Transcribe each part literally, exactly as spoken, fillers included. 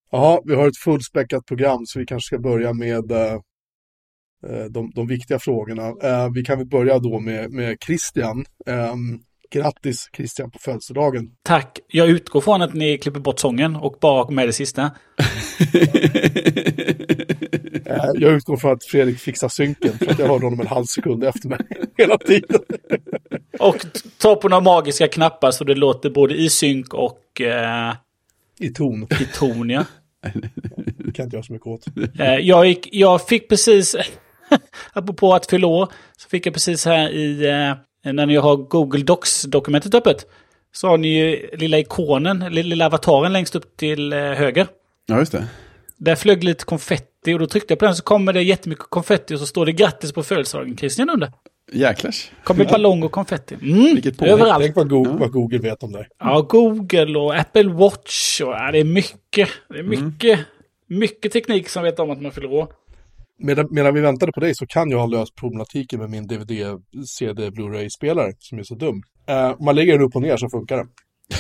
Ja, vi har ett fullspäckat program så vi kanske ska börja med eh, de, de viktiga frågorna. Eh, vi kan väl börja då med, med Christian. Eh, grattis Christian på födelsedagen. Tack. Jag utgår från att ni klipper bort sången och bara med det sista. eh, jag utgår från att Fredrik fixar synken för att jag hörde honom en halv sekund efter mig hela tiden. Och ta på några magiska knappar så det låter både i synk och eh, i ton. I ton, ja. Det kan inte göra så mycket åt. Eh, jag, gick, jag fick precis, apropå att fylla år, så fick jag precis här i, eh, när ni har Google Docs-dokumentet öppet, så har ni ju lilla ikonen, lilla avataren längst upp till eh, höger. Ja, just det. Där flög lite konfetti och då tryckte jag på den så kommer det jättemycket konfetti och så står det grattis på födelsedagen, Christian, under. Jäklars. Kommer ballong och konfetti. Mm, överallt. Tänk vad Google, ja. vad Google vet om dig. Ja, Google och Apple Watch. Och, ja, det är mycket. Det är mycket, mm. mycket teknik som vet om att man fyller år. Medan, medan vi väntade på dig så kan jag ha löst problematiken med min D V D, C D, Blu-ray-spelare som är så dum. Uh, om man lägger den upp och ner så funkar den.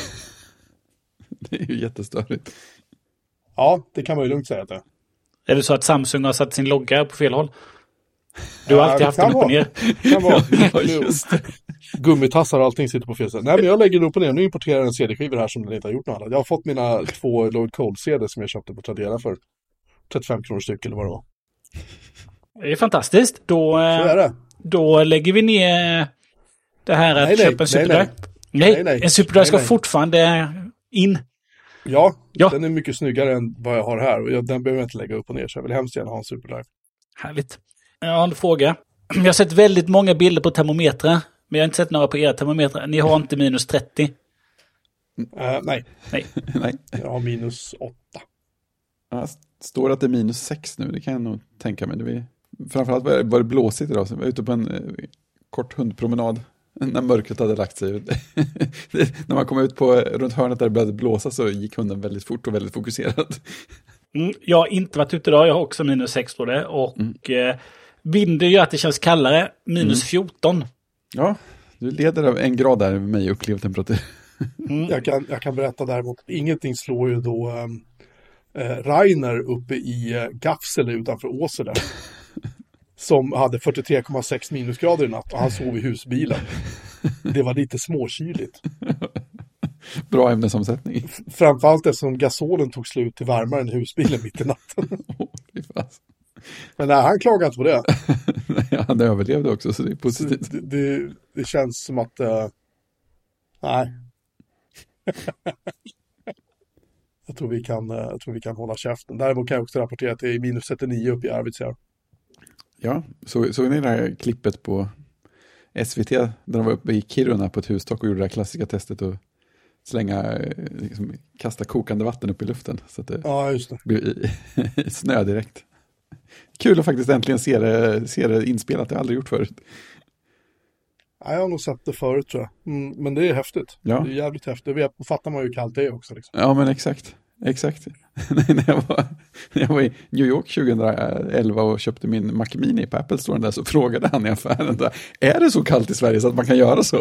Det är ju jättestörigt. Ja, det kan man ju lugnt säga att det är. Är det så att Samsung har satt sin logga på fel håll? Du har ja, alltid haft den upp och ner. Kan vara. Just det. Gummitassar och allting sitter på fel sätt. Nej, men jag lägger den upp och ner. Nu importerar jag en C D-skiva här som den inte har gjort något annat. Jag har fått mina två Lloyd Cole-C D som jag köpte på Tradera för trettiofem kronor styck eller vad det var. Det är fantastiskt. Då, så är det. Då lägger vi ner det här att nej, köpa en superdrive. Nej, nej, nej. En superdrive ska nej, nej. fortfarande in. Ja, ja, den är mycket snyggare än vad jag har här. Och jag, den behöver jag inte lägga upp och ner. Så jag vill hemskt gärna ha en superdrive. Härligt. Jag har en fråga. Jag har sett väldigt många bilder på termometrar. Men jag har inte sett några på era termometrar. Ni har inte minus trettio? Uh, nej. nej. nej. Jag har minus åtta. Ja, står att det är minus sex nu. Det kan jag nog tänka mig. Det var, framförallt var det, var det blåsigt idag. Så jag var ute på en eh, kort hundpromenad. När mörkret hade lagt sig. När man kom ut på runt hörnet där det började blåsa så gick hunden väldigt fort och väldigt fokuserad. Mm, jag har inte varit ute idag. Jag har också minus sex på det. Och mm. eh, vinden gör att det känns kallare. Minus mm. fjorton. Ja, du leder av en grad där med mig upplevd temperatur. Mm. Jag, kan, jag kan berätta däremot. Ingenting slår ju då äh, Rainer uppe i äh, Gafsele utanför Åsele. Som hade fyrtiotre komma sex minusgrader i natt och han sov i husbilen. Det var lite småkyligt. Bra ämnesomsättning. Framförallt eftersom gasolen tog slut till varmare än husbilen mitt i natten. Oh, men nej, han klagade inte på det. Nej, han överlevde också så det är positivt. Det, det, det känns som att... Uh, nej. jag, tror vi kan, uh, jag tror vi kan hålla käften. Däremot kan jag också rapportera att det är minus trettionio uppe i Arvidsjaur. Ja, så, såg ni det här klippet på S V T där de var uppe i Kiruna på ett hustak och gjorde det här klassiska testet och slänga, liksom, kasta kokande vatten upp i luften så att det, ja, just det. Blir snö direkt. Kul att faktiskt äntligen se det, se det inspelat, det har jag aldrig gjort förut. Ja, jag har nog sett det förut tror jag. Mm, men det är häftigt. Ja. Det är jävligt häftigt. Det fattar man ju hur kallt det är också. Liksom. Ja, men exakt. Exakt. när, jag var, när jag var i New York tjugoelva och köpte min Mac Mini på Apple Store där så frågade han i affären där, är det så kallt i Sverige så att man kan göra så?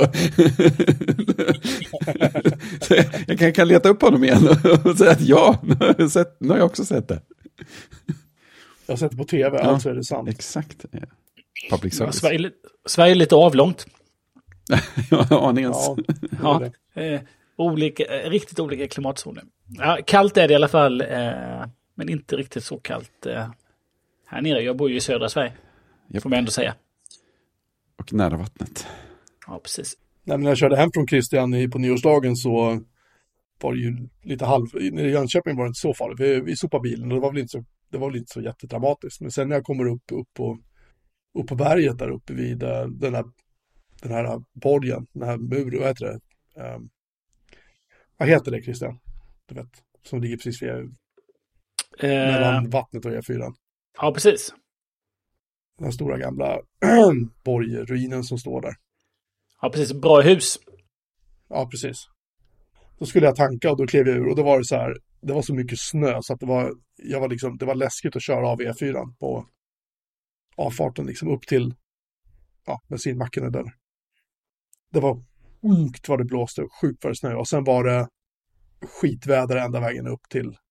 så jag, jag kan, kan leta upp honom igen och säga att ja, nu har jag, sett, nu har jag också sett det. Jag har sett det på tv, ja, alltså är det sant. Exakt. Ja. Public service. Ja, Sverige, Sverige är lite avlångt. ja, aningens. Ja, ja eh, olika, riktigt olika klimatzoner. Ja, kallt är det i alla fall, eh, men inte riktigt så kallt eh, här nere. Jag bor ju i södra Sverige, yep. Får man ändå säga. Och nära vattnet. Ja, precis. Nej, men när jag körde hem från Christian på nyårsdagen så var det ju lite halv... I Jönköping var det inte så farligt. Vi, vi sopade bilen och det var väl inte så, det var väl inte så jättedramatiskt. Men sen när jag kommer upp, upp, på, upp på berget där uppe vid den här, den här borgen, den här muren, vad heter det? Um, vad heter det, Christian? Du vet, som ligger precis vid, eh, mellan vattnet och E fyra. Ja, precis. Den stora gamla borgruinen som står där. Ja, precis. Bra hus. Ja, precis. Då skulle jag tanka och då klev jag ur och då var det så här, det var så mycket snö så att det var, jag var liksom, det var läskigt att köra av E fyra på avfarten liksom upp till, ja, bensinmacken där. Det var sjukt vad det blåste och sjukt vad det snö och sen var det skitväder ända vägen upp till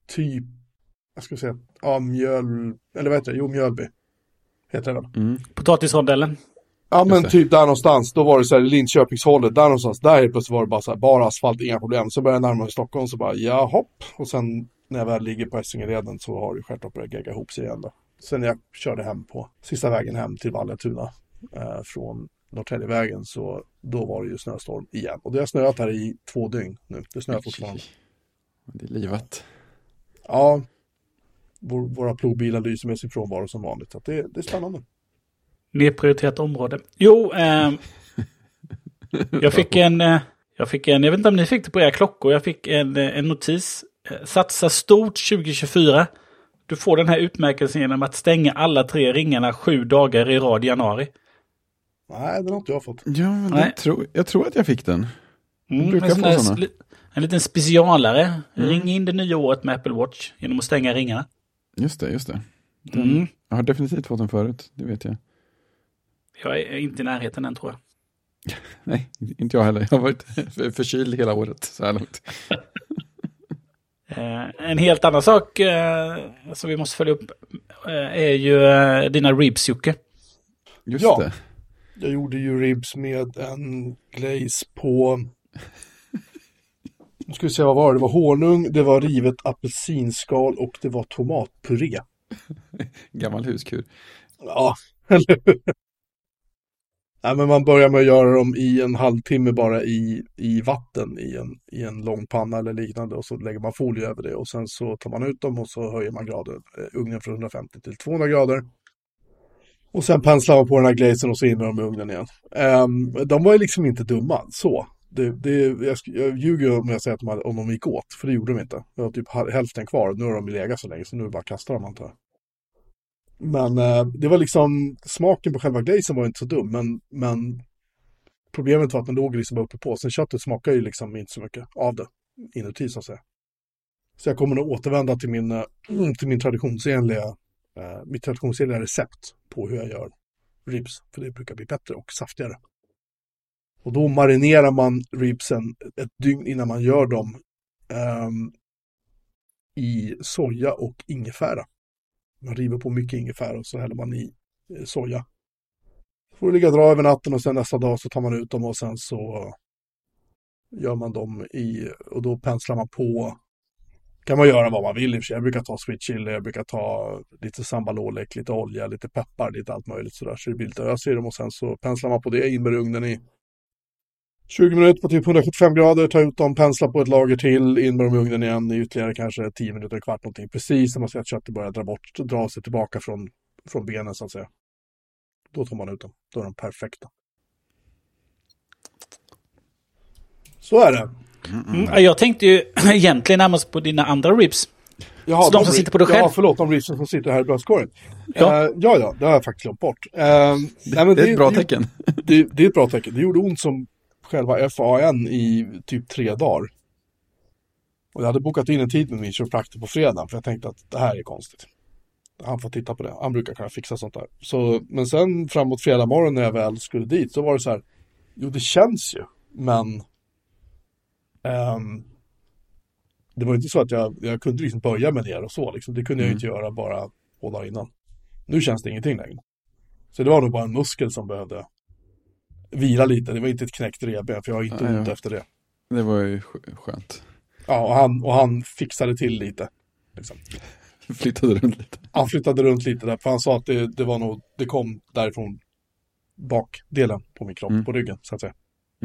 typ, jag ska säga, ja, Mjöl, eller vad heter det? Jo, Mjölby heter det väl. Mm. Potatisrondellen. Ja, men typ där någonstans, då var det så här Linköpingshållet, där någonstans, där helt plötsligt var det bara så här, bara asfalt, inga problem. Så började jag närma mig Stockholm, så bara, ja, hopp. Och sen när jag väl ligger på Essingeleden så har det självklart börjat gegga ihop sig igen då. Sen när jag körde hem på sista vägen hem till Vallentuna eh, från Norrtäljevägen, så då var det ju snöstorm igen. Och det har snöat här i två dygn nu, det snöar fortfarande. Det är livat. Ja, vår, våra plogbilar lyser med sin frånvaro som vanligt, så att det, det är spännande. Nedprioriterat område. Jo, eh, jag fick en, eh, jag fick en, jag vet inte om ni fick det på era klockor, jag fick en, en notis. Eh, satsa stort tjugo tjugofyra. Du får den här utmärkelsen genom att stänga alla tre ringarna sju dagar i rad i januari. Nej, den har inte jag fått. Ja, men det tro, jag tror att jag fick den. Jag Mm, brukar en, få sån här såna. sli- en liten specialare. Mm. Ring in det nya året med Apple Watch genom att stänga ringarna. Just det, just det. Den, Mm. Jag har definitivt fått den förut, det vet jag. Jag är inte i närheten än, tror jag. Nej, inte jag heller. Jag har varit förkyld hela året så här långt. Eh, en helt annan sak eh, som vi måste följa upp eh, är ju eh, dina ribs, Jocke. Just Ja. det. Jag gjorde ju ribs med en glaze på... Nu ska vi se, vad var det? Det var honung, det var rivet apelsinskal och det var tomatpuré. Gammal huskur. Ja, eller hur? Nej, men man börjar med att göra dem i en halvtimme bara i, i vatten i en, i en lång panna eller liknande, och så lägger man folie över det och sen så tar man ut dem och så höjer man graden, eh, ugnen från hundrafemtio till tvåhundra grader. Och sen penslar man på den här glazen och så in med dem i ugnen igen. Um, de var ju liksom inte dumma, så. Det, det, jag, jag ljuger om jag säger att de, hade, om de gick åt, för det gjorde de inte. Det var typ hälften kvar, nu har de legat så länge så nu är det bara att kasta dem, antar jag. Men eh, det var liksom, smaken på själva glazen var inte så dum, men, men problemet var att den låg liksom uppe på. Sen köttet smakar ju liksom inte så mycket av det inuti, så att säga. Så jag kommer nog återvända till min, äh, till min traditionsenliga, äh, mitt traditionsenliga recept på hur jag gör ribs, för det brukar bli bättre och saftigare. Och då marinerar man ribsen ett dygn innan man gör dem ähm, i soja och ingefära. Man river på mycket ingefära och så häller man i eh, soja. Så får det ligga och dra över natten och sen nästa dag så tar man ut dem och sen så gör man dem i, och då penslar man på, kan man göra vad man vill i och för sig. Jag brukar ta sweet chili, jag brukar ta lite sambalolek, lite olja, lite peppar, lite allt möjligt sådär. Så det blir lite ös i dem och sen så penslar man på det, in med ugnen i tjugo minuter på typ hundrasjuttiofem grader, ta ut dem, pensla på ett lager till, in med dem i ugnen igen i ytterligare kanske tio minuter, kvart någonting. Precis när man ser att köttet börjar dra bort, dra sig tillbaka från, från benen så att säga. Då tar man ut dem, då är de perfekta. Så är det. Mm, jag tänkte ju egentligen närmast på dina andra ribs. Jaha, så de som sitter på det själv? Ja, förlåt, de ribsen som sitter här i bröstkorgen. Ja. Uh, ja, ja, det har jag faktiskt glömt bort. Uh, Det, nej, men det är ett bra det, tecken. Det, det är ett bra tecken. Det gjorde ont som själva F A N i typ tre dagar. Och jag hade bokat in en tid med min kiropraktor på fredagen för jag tänkte att det här är konstigt. Han får titta på det. Han brukar kunna fixa sånt där. Så, men sen framåt fredag morgon när jag väl skulle dit så var det så här, jo det känns ju, men um, det var inte så att jag, jag kunde liksom böja mig ner och så. Liksom. Det kunde jag Mm. inte göra bara två dagar innan. Nu känns det ingenting längre. Så det var nog bara en muskel som behövde vila lite. Det var inte ett knäckt revben för jag har inte Ja, ont ja. efter det. Det var ju skö- skönt. Ja, och han, och han fixade till lite. Liksom. Flyttade runt lite. Han flyttade runt lite där, för han sa att det, det var nog, det kom därifrån bakdelen på min kropp, Mm. på ryggen, så att säga.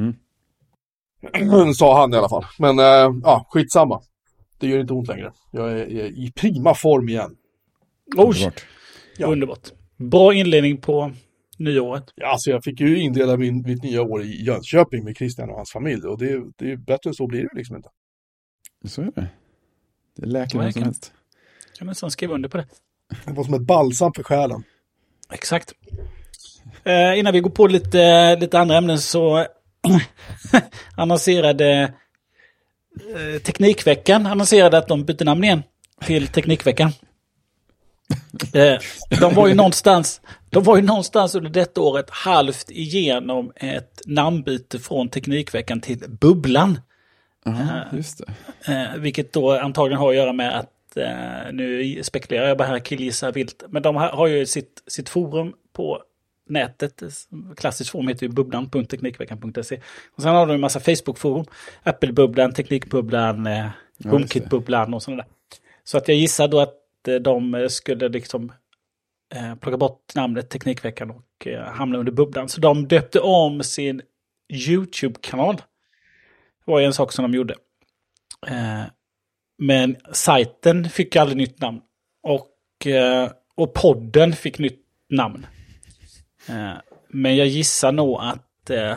Mm. Sa han i alla fall. Men äh, ja, skitsamma. Det gör inte ont längre. Jag är, är i prima form igen. Oj, Underbart. Ja. underbart. Bra inledning på nyåret. Ja, alltså jag fick ju indela min, mitt nya år i Jönköping med Christian och hans familj. Och det, det är bättre än så blir det liksom inte. Så är det. Det läker Ja, vad som verkligen. helst. Kan man nästan skriva under på det. Det var som ett balsam för själen. Exakt. Eh, innan vi går på lite, lite andra ämnen så annonserade eh, Teknikveckan annonserade att de bytte namn igen till Teknikveckan. Eh, de var ju någonstans de var ju någonstans under detta året halvt igenom ett namnbyte från Teknikveckan till Bubblan. Ja, just det. Eh, vilket då antagligen har att göra med att eh, nu spekulerar jag bara här, killgissar vilt, men de har, har ju sitt, sitt forum på nätet. Klassiskt forum heter ju bubblan punkt teknikveckan punkt se. Och sen har de en massa Facebook-forum. Apple-bubblan, Teknikbubblan, eh, Ja, HomeKit-bubblan och sådana där. Så att jag gissar då att eh, de skulle liksom eh, plocka bort namnet Teknikveckan och eh, hamna under bubblan. Så de döpte om sin YouTube-kanal. Det var ju en sak som de gjorde. Eh, men sajten fick aldrig nytt namn. Och, eh, och podden fick nytt namn. Eh, men jag gissar nog att eh,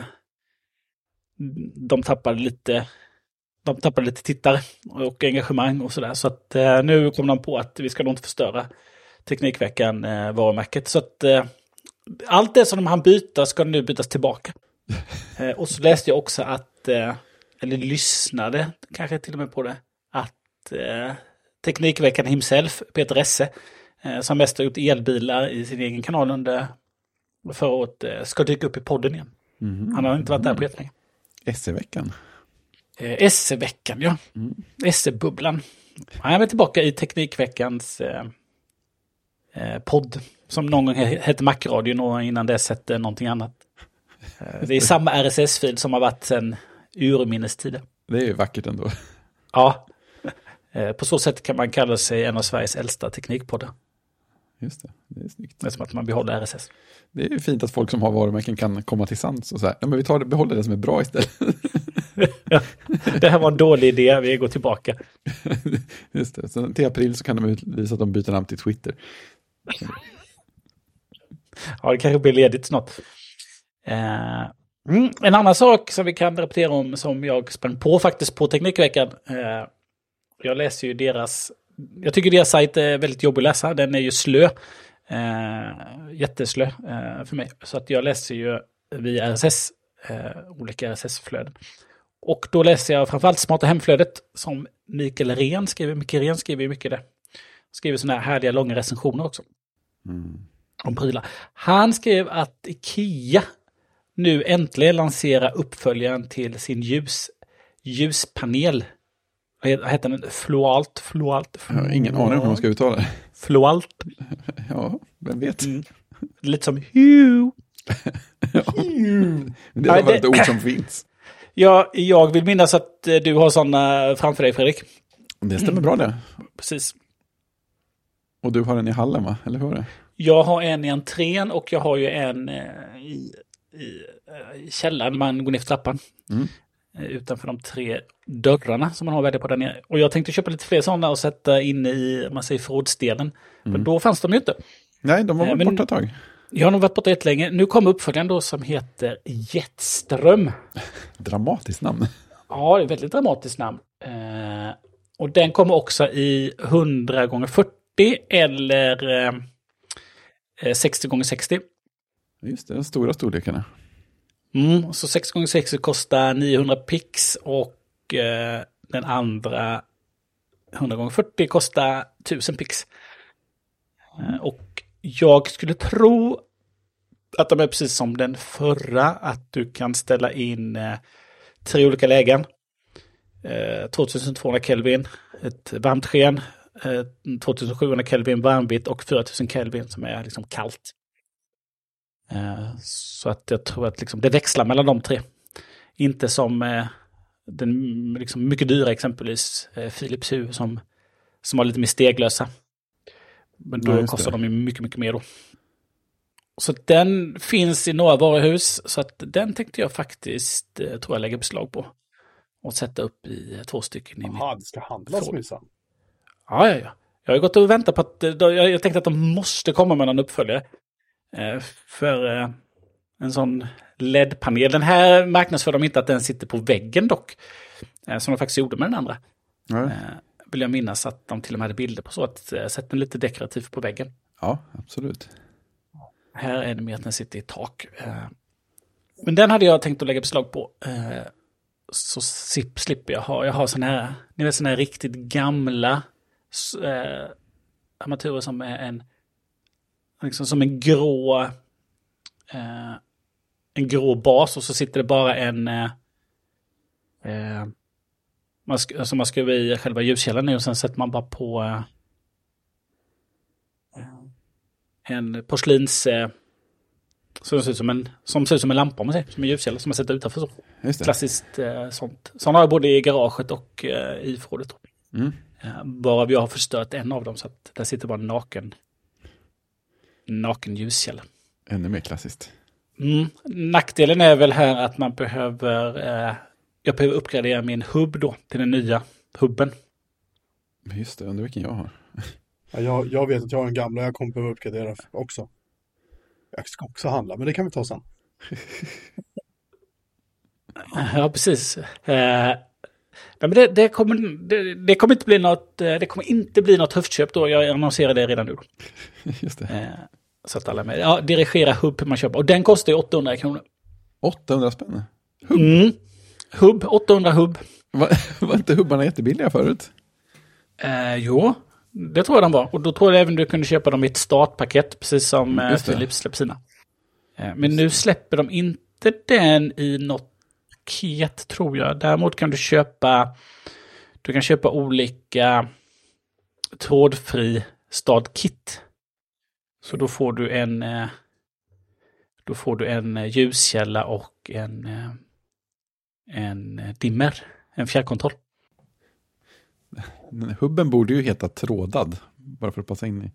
de tappade lite de tappade lite tittare och engagemang och sådär. Så att eh, nu kom de på att vi ska nog inte förstöra Teknikveckan eh, varumärket. Så att eh, allt det som de hann byta ska nu bytas tillbaka. Eh, och så läste jag också att, eh, eller lyssnade kanske till och med på det, att eh, Teknikveckan himself, Peter Esse, eh, som mest har gjort elbilar i sin egen kanal under förra året, eh, ska dyka upp i podden igen. Mm. Han har inte varit där på jättelänge. S E-veckan. Eh, S E-veckan, ja. Mm. S E-bubblan. Han är tillbaka i Teknikveckans eh, eh, podd, som någon gång hette Macradion och innan dess hette någonting annat. Eh, det är samma R S S-fil som har varit sedan urminnestiden. Det är ju vackert ändå. Ja. Eh, på så sätt kan man kalla sig en av Sveriges äldsta teknikpoddar. Just det, det är snyggt. Det är som att man behåller R S S. Det är ju fint att folk som har varumärken kan komma till sans och så här. Ja, men vi tar det, behåller det som är bra istället. Ja, det här var en dålig idé, vi går tillbaka. Just det, så till april så kan de utvisa att de byter namn till Twitter. Ja, det kanske blir ledigt snart. Eh, mm, en annan sak som vi kan rapportera om som jag sprang på faktiskt på Teknikveckan. Eh, jag läser ju deras, jag tycker deras sajt är väldigt jobbig att läsa. Den är ju slö. Eh, jätteslö eh, för mig. Så att jag läser ju via R S S, eh, olika R S S-flöden. Och då läser jag framförallt Smarta hemflödet som Mikael Ren skriver. Mikael Ren skriver mycket det. Skriver sådana här härliga långa recensioner också. Mm. Om prylar. Han skrev att IKEA nu äntligen lanserar uppföljaren till sin ljus, ljuspanel. Vad heter den? Flualt? Flualt? Jag har ingen aning om hur man ska uttala det. Flualt? Ja, vem vet. Mm. Lite som Hue. Ja. Det är bara ett ord som finns. Ja, jag vill minnas att du har sådana framför dig, Fredrik. Det stämmer bra det. Precis. Och du har en i hallen, va? Eller hur är det? Jag har en i entrén och jag har ju en eh, i, i, i källaren. Man går ner för trappan. Mm. Eh, utanför de tre dörrarna som man har välja på där nere. Och jag tänkte köpa lite fler sådana och sätta in i, man säger, förrådsdelen. Mm. Men då fanns de ju inte. Nej, de var eh, borta ett tag. Jag har nog varit borta ett länge. Nu kommer uppföljaren då som heter Jetström. Dramatiskt namn. Ja, det är ett väldigt dramatiskt namn. Eh, och den kommer också i hundra gånger fyrtio eller eh, sextio gånger sextio. Just det, de stora storlekarna. Mm, så sextio gånger sextio kostar niohundra pix och eh, den andra hundra gånger fyrtio kostar tusen pix. Eh, och jag skulle tro att de är precis som den förra, att du kan ställa in eh, tre olika lägen. Eh, tvåtusentvåhundra Kelvin, ett varmt sken, eh, tvåtusensjuhundra Kelvin varmvitt och fyratusen Kelvin som är liksom kallt. Eh, så att jag tror att liksom, det växlar mellan de tre. Inte som eh, den liksom, mycket dyra exempelvis eh, Philips Hue som, som har lite mer steglösa. Men då ja, kostar de ju mycket, mycket mer då. Så den finns i några varuhus. Så att den tänkte jag faktiskt, eh, tror jag, lägga beslag på. Och sätta upp i två stycken. Jaha, det ska handlas minsann. Ja, ja, ja. Jag har gått och väntat på att, då, jag, jag tänkte att de måste komma med en uppföljare. Eh, för eh, en sån L E D-panel. Den här marknadsför de inte att den sitter på väggen dock. Eh, som de faktiskt gjorde med den andra. Mm. Eh, vill jag minnas att de till och med hade bilder på så att eh, sätta den lite dekorativt på väggen. Ja, absolut. Här är det mer att den sitter i tak. Eh, men den hade jag tänkt att lägga beslag på. Eh, så slipper jag ha. Jag har såna här, ni vet såna här riktigt gamla eh, armaturer som är en liksom som en grå eh, en grå bas och så sitter det bara en eh, Man, sk- alltså man skruvar i själva ljuskällan nu och sen sätter man bara på eh, en porslins eh, som ser ut som en, som ser ut som en lampa, om man säger, som en ljuskälla som man sätter utanför. Så. Just det. Klassiskt eh, sånt. Sådana har jag både i garaget och eh, i förrådet. Mm. Eh, bara jag har förstört en av dem så att där sitter bara en naken naken ljuskälla. Ännu mer klassiskt. Mm. Nackdelen är väl här att man behöver eh, jag behöver uppgradera min hubb då till den nya hubben. Just det, undrar vilken jag har. Ja, jag, jag vet att jag har en gamla jag kommer behöva uppgradera också. Jag ska också handla, men det kan vi ta sen. Ja, precis. Eh, nej, men det, det, kommer, det, det kommer inte bli något det kommer inte bli något höftköp då. Jag annonserar det redan nu. Just det. Eh, så att alla med. Ja, dirigera hubb man köper. Och den kostar ju åttahundra kronor. åttahundra spänn? Hubb? Mm. Hubb, åttahundra hubb. Var, var inte hubbarna jättebilliga förut? Eh, jo, det tror jag de var. Och då tror jag även du kunde köpa dem i ett startpaket, precis som eh, Philips släpper sina. Eh, men nu släpper de inte den i något paket, tror jag. Däremot kan du köpa du kan köpa olika trådfri stadkit. Så då får du en eh, då får du en ljuskälla och en eh, en dimmer, en fjärrkontroll. Hubben borde ju heta trådad, bara för att passa in i.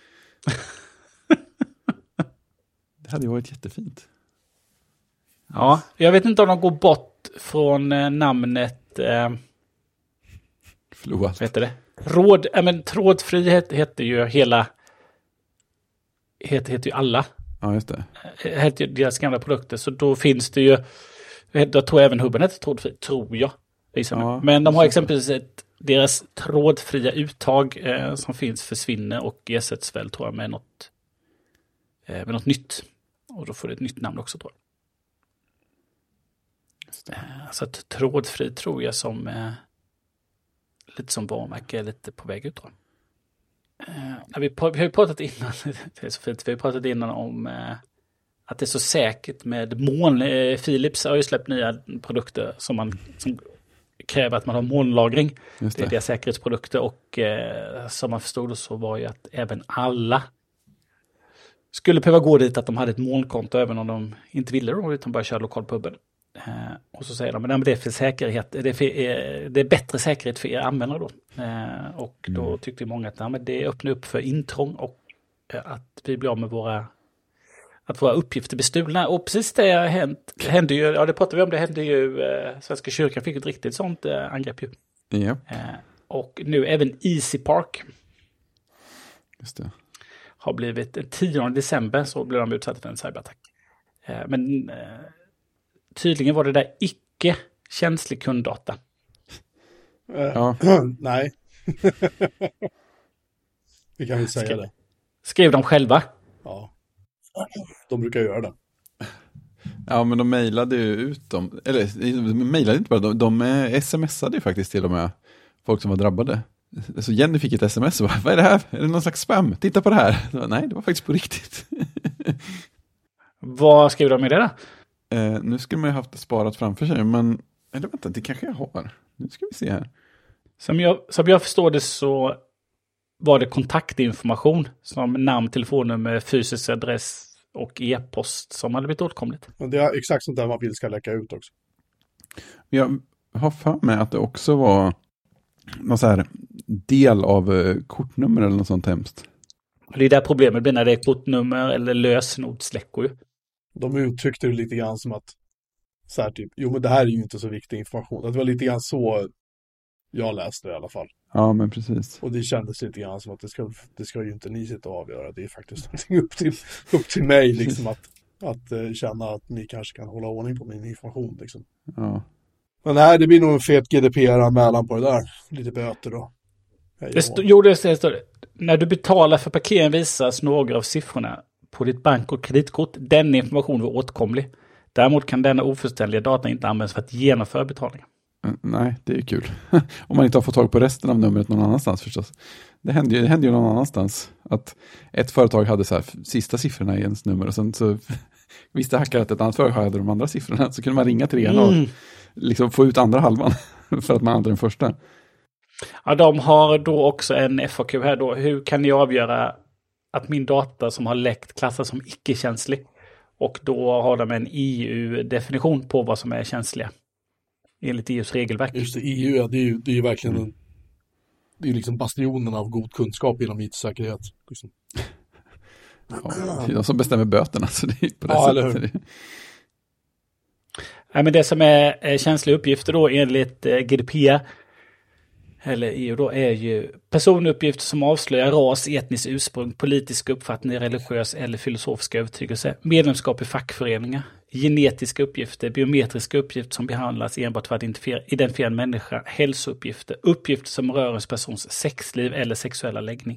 Det hade ju varit jättefint. Ja, jag vet inte om de går bort från eh, namnet eh, Float. vad heter det? Råd, äh, men trådfrihet heter ju hela heter, heter ju alla. Ja, just det. Heter ju deras gamla produkter, så då finns det ju, jag tror även hubben heter trådfri, tror jag. Ja, men de har exempelvis ett, deras trådfria uttag eh, som finns försvinner och ersätts väl, tror jag, med något eh, med något nytt. Och då får det ett nytt namn också, tror jag. Just det. Eh, så att trådfri tror jag som eh, lite som varumärke är lite på väg ut, tror jag. Eh, vi, vi har ju pratat innan det är så fint, vi har pratat innan om eh, att det är så säkert med moln. Eh, Philips har ju släppt nya produkter som man som kräver att man har molnlagring. Det. det är deras säkerhetsprodukter, och eh, som man förstod så var ju att även alla skulle behöva gå dit att de hade ett molnkonto även om de inte ville då, utan bara köra lokal pubben. Eh, och så säger de, men det är för säkerhet, det är, för, eh, det är bättre säkerhet för er användare då. Eh, och då mm. tyckte många att ja, men det öppnar upp för intrång och eh, att vi blir av med våra att våra uppgifter blir stulna. Och precis det har hänt, hände ju, ja det pratade vi om, det hände ju, eh, Svenska kyrkan fick ett riktigt sånt eh, angrepp ju. Ja. Eh, och nu även Easy Park. Just det. Har blivit, den tionde december så blev de utsatta för en cyberattack. Eh, men eh, tydligen var det där icke känslig kunddata. Uh, ja. Nej. Vi kan väl säga skrev, det. Skrev de själva? Ja. De brukar göra det. Ja, men de mejlade ju ut dem. Eller de mejlade inte bara, de, de smsade ju faktiskt till och med folk som var drabbade. Så Jenny fick ett sms och bara, vad är det här? Är det någon slags spam? Titta på det här. Bara, nej, det var faktiskt på riktigt. Vad skrev de med det då? Eh, nu skulle man ju haft det sparat framför sig, men eller vänta, det kanske jag har. Nu ska vi se här. Som jag, som jag förstår det så var det kontaktinformation som namn, telefonnummer, fysisk adress och e-post som hade blivit åtkomligt. Och det är exakt sånt där man vill ska läcka ut också. Jag har för mig att det också var någon så här del av eh, kortnummer eller något sånt hemskt. Det är där problemet blir när det är kortnummer eller lösenordsläckor. De uttryckte det lite grann som att så här typ, jo men det här är ju inte så viktig information. Det var lite grann så jag läste det i alla fall. Ja, men precis. Och det kändes lite grann som att det ska, det ska ju inte ni sitta och avgöra. Det är faktiskt någonting upp till, upp till mig liksom att, att uh, känna att ni kanske kan hålla ordning på min information liksom. Ja. Men nej, det blir nog en fet G D P R-anmälan på det där. Lite böter då. Det st- jo, det står det. När du betalar för parkeringen visas några av siffrorna på ditt bank- och kreditkort. Den information var åtkomlig. Däremot kan denna ofullständiga data inte användas för att genomföra betalningen. Nej, det är kul. Om man inte har fått tag på resten av numret någon annanstans förstås. Det hände ju, det hände ju någon annanstans. Att ett företag hade så här sista siffrorna i ens nummer och sen så visste hackare att ett annat företag hade de andra siffrorna. Så kunde man ringa till det ena och liksom få ut andra halvan. för att man hade den första. Ja, de har då också en F A Q här då. Hur kan ni avgöra att min data som har läckt klassas som icke-känslig? Och då har de en E U-definition på vad som är känsliga. Enligt E U:s regelverk. Just det, E U, ja, det är ju, det är ju verkligen en, det är ju liksom bastionen av god kunskap inom I T-säkerhet. Liksom. Ja, det är de som bestämmer böterna, så det är på det Ja, sättet. eller hur? Ja, men det som är känsliga uppgifter då enligt G D P R eller E U då är ju personuppgifter som avslöjar ras, etniskt ursprung, politisk uppfattning, religiös eller filosofisk övertygelse, medlemskap i fackföreningar, genetiska uppgifter, biometriska uppgifter som behandlas enbart för att identifiera, identifiera en människa, hälsouppgifter, uppgifter som rör en persons sexliv eller sexuella läggning.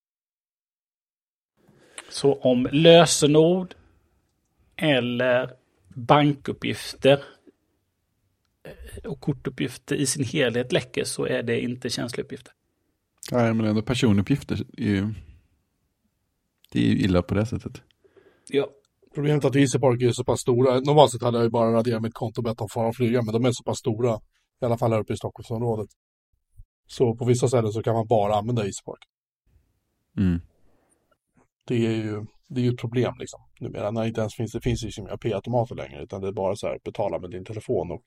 Så om lösenord eller bankuppgifter och kortuppgifter i sin helhet läcker så är det inte känsliga uppgifter. Ja, men ändå personuppgifter är ju, det är ju illa på det sättet. Ja. Problemet är att Easypark är så pass stora. Normalt sett hade jag ju bara raderat mitt konto och bett dem fara och flyga, men de är så pass stora. I alla fall här uppe i Stockholmsområdet. Så på vissa ställen så kan man bara använda Easypark. Mm. Det är ju det är ju ett problem liksom. Numera när det inte ens finns, det finns ju inga P-automater längre, utan det är bara så här, betala med din telefon. Och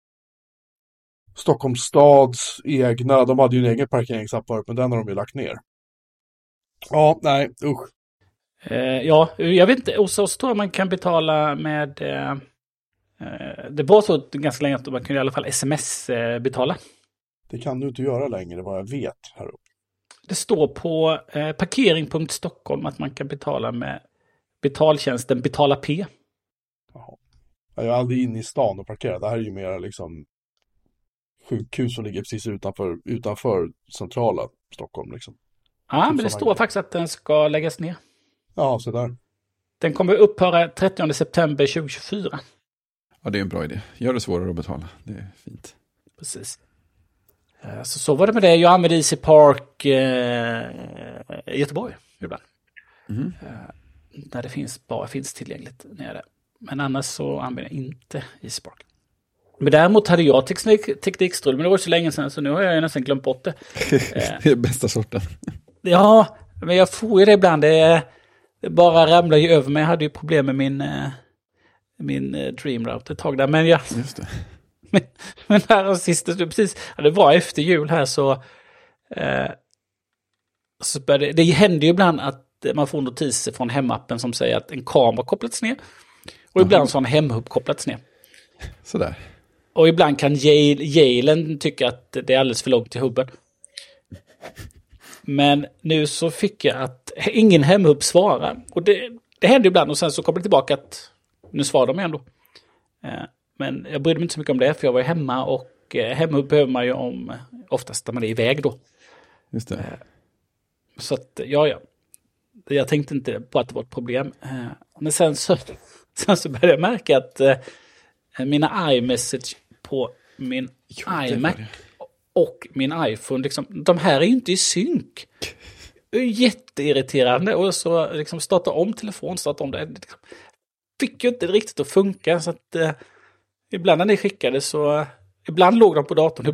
Stockholms stads egna, de hade ju en egen parkeringsapp förut, men den har de ju lagt ner. Ja, nej, usch. Eh, ja, jag vet inte, hos oss tror jag man kan betala med eh, eh, det var så ganska länge att man kunde i alla fall sms eh, betala. Det kan du inte göra längre vad jag vet här uppe. Det står på eh, parkering punkt stockholm att man kan betala med betaltjänsten Betala P. Jaha. Jag är aldrig inne i stan och parkerar. Det här är ju mer liksom sjukhus som ligger precis utanför, utanför centrala Stockholm. Liksom. Ja, men det står grejer. Faktiskt att den ska läggas ner. Ja, så där. Den kommer upphöra trettionde september tjugohundratjugofyra. Ja, det är en bra idé. Gör det svårare att betala. Det är fint. Precis. Så, så var det med det. Jag använder Easypark eh, i Göteborg ibland. Mm. Eh, där det finns, bara finns tillgängligt nere. Men annars så använder jag inte Easypark. Men däremot hade jag teknik, teknikstrul, men det var så länge sedan så nu har jag nästan glömt bort det. Det är bästa sorten. Ja, men jag får ju det ibland. Det, det bara ramlar ju över mig. Jag hade ju problem med min, min Dreamroute ett tag där. Men jag... Just det. Men, men här sista, precis, ja, det var efter jul här så, eh, så började, det händer ju ibland att man får notiser från hemappen som säger att en kamera kopplats ner. Och Aha. ibland så har en hemhub kopplats ner. Sådär. Och ibland kan Yalen tycka att det är alldeles för långt till hubben. Men nu så fick jag att ingen hemhub svarar. Och det, det händer ibland och sen så kommer det tillbaka att nu svarar de ändå. Eh, Men jag brydde mig inte så mycket om det för jag var hemma och eh, hemma behöver man ju om oftast när man är iväg då. Just det. Eh, så att, ja, ja. Jag tänkte inte på att det var ett problem. Eh, men sen så, sen så började jag märka att eh, mina iMessage på min jo, iMac och min iPhone, liksom, de här är ju inte i synk. Det är jätteirriterande och så liksom starta om telefon, starta om det. Liksom, fick ju inte riktigt att funka så att eh, ibland när ni skickade så ibland låg de på datorn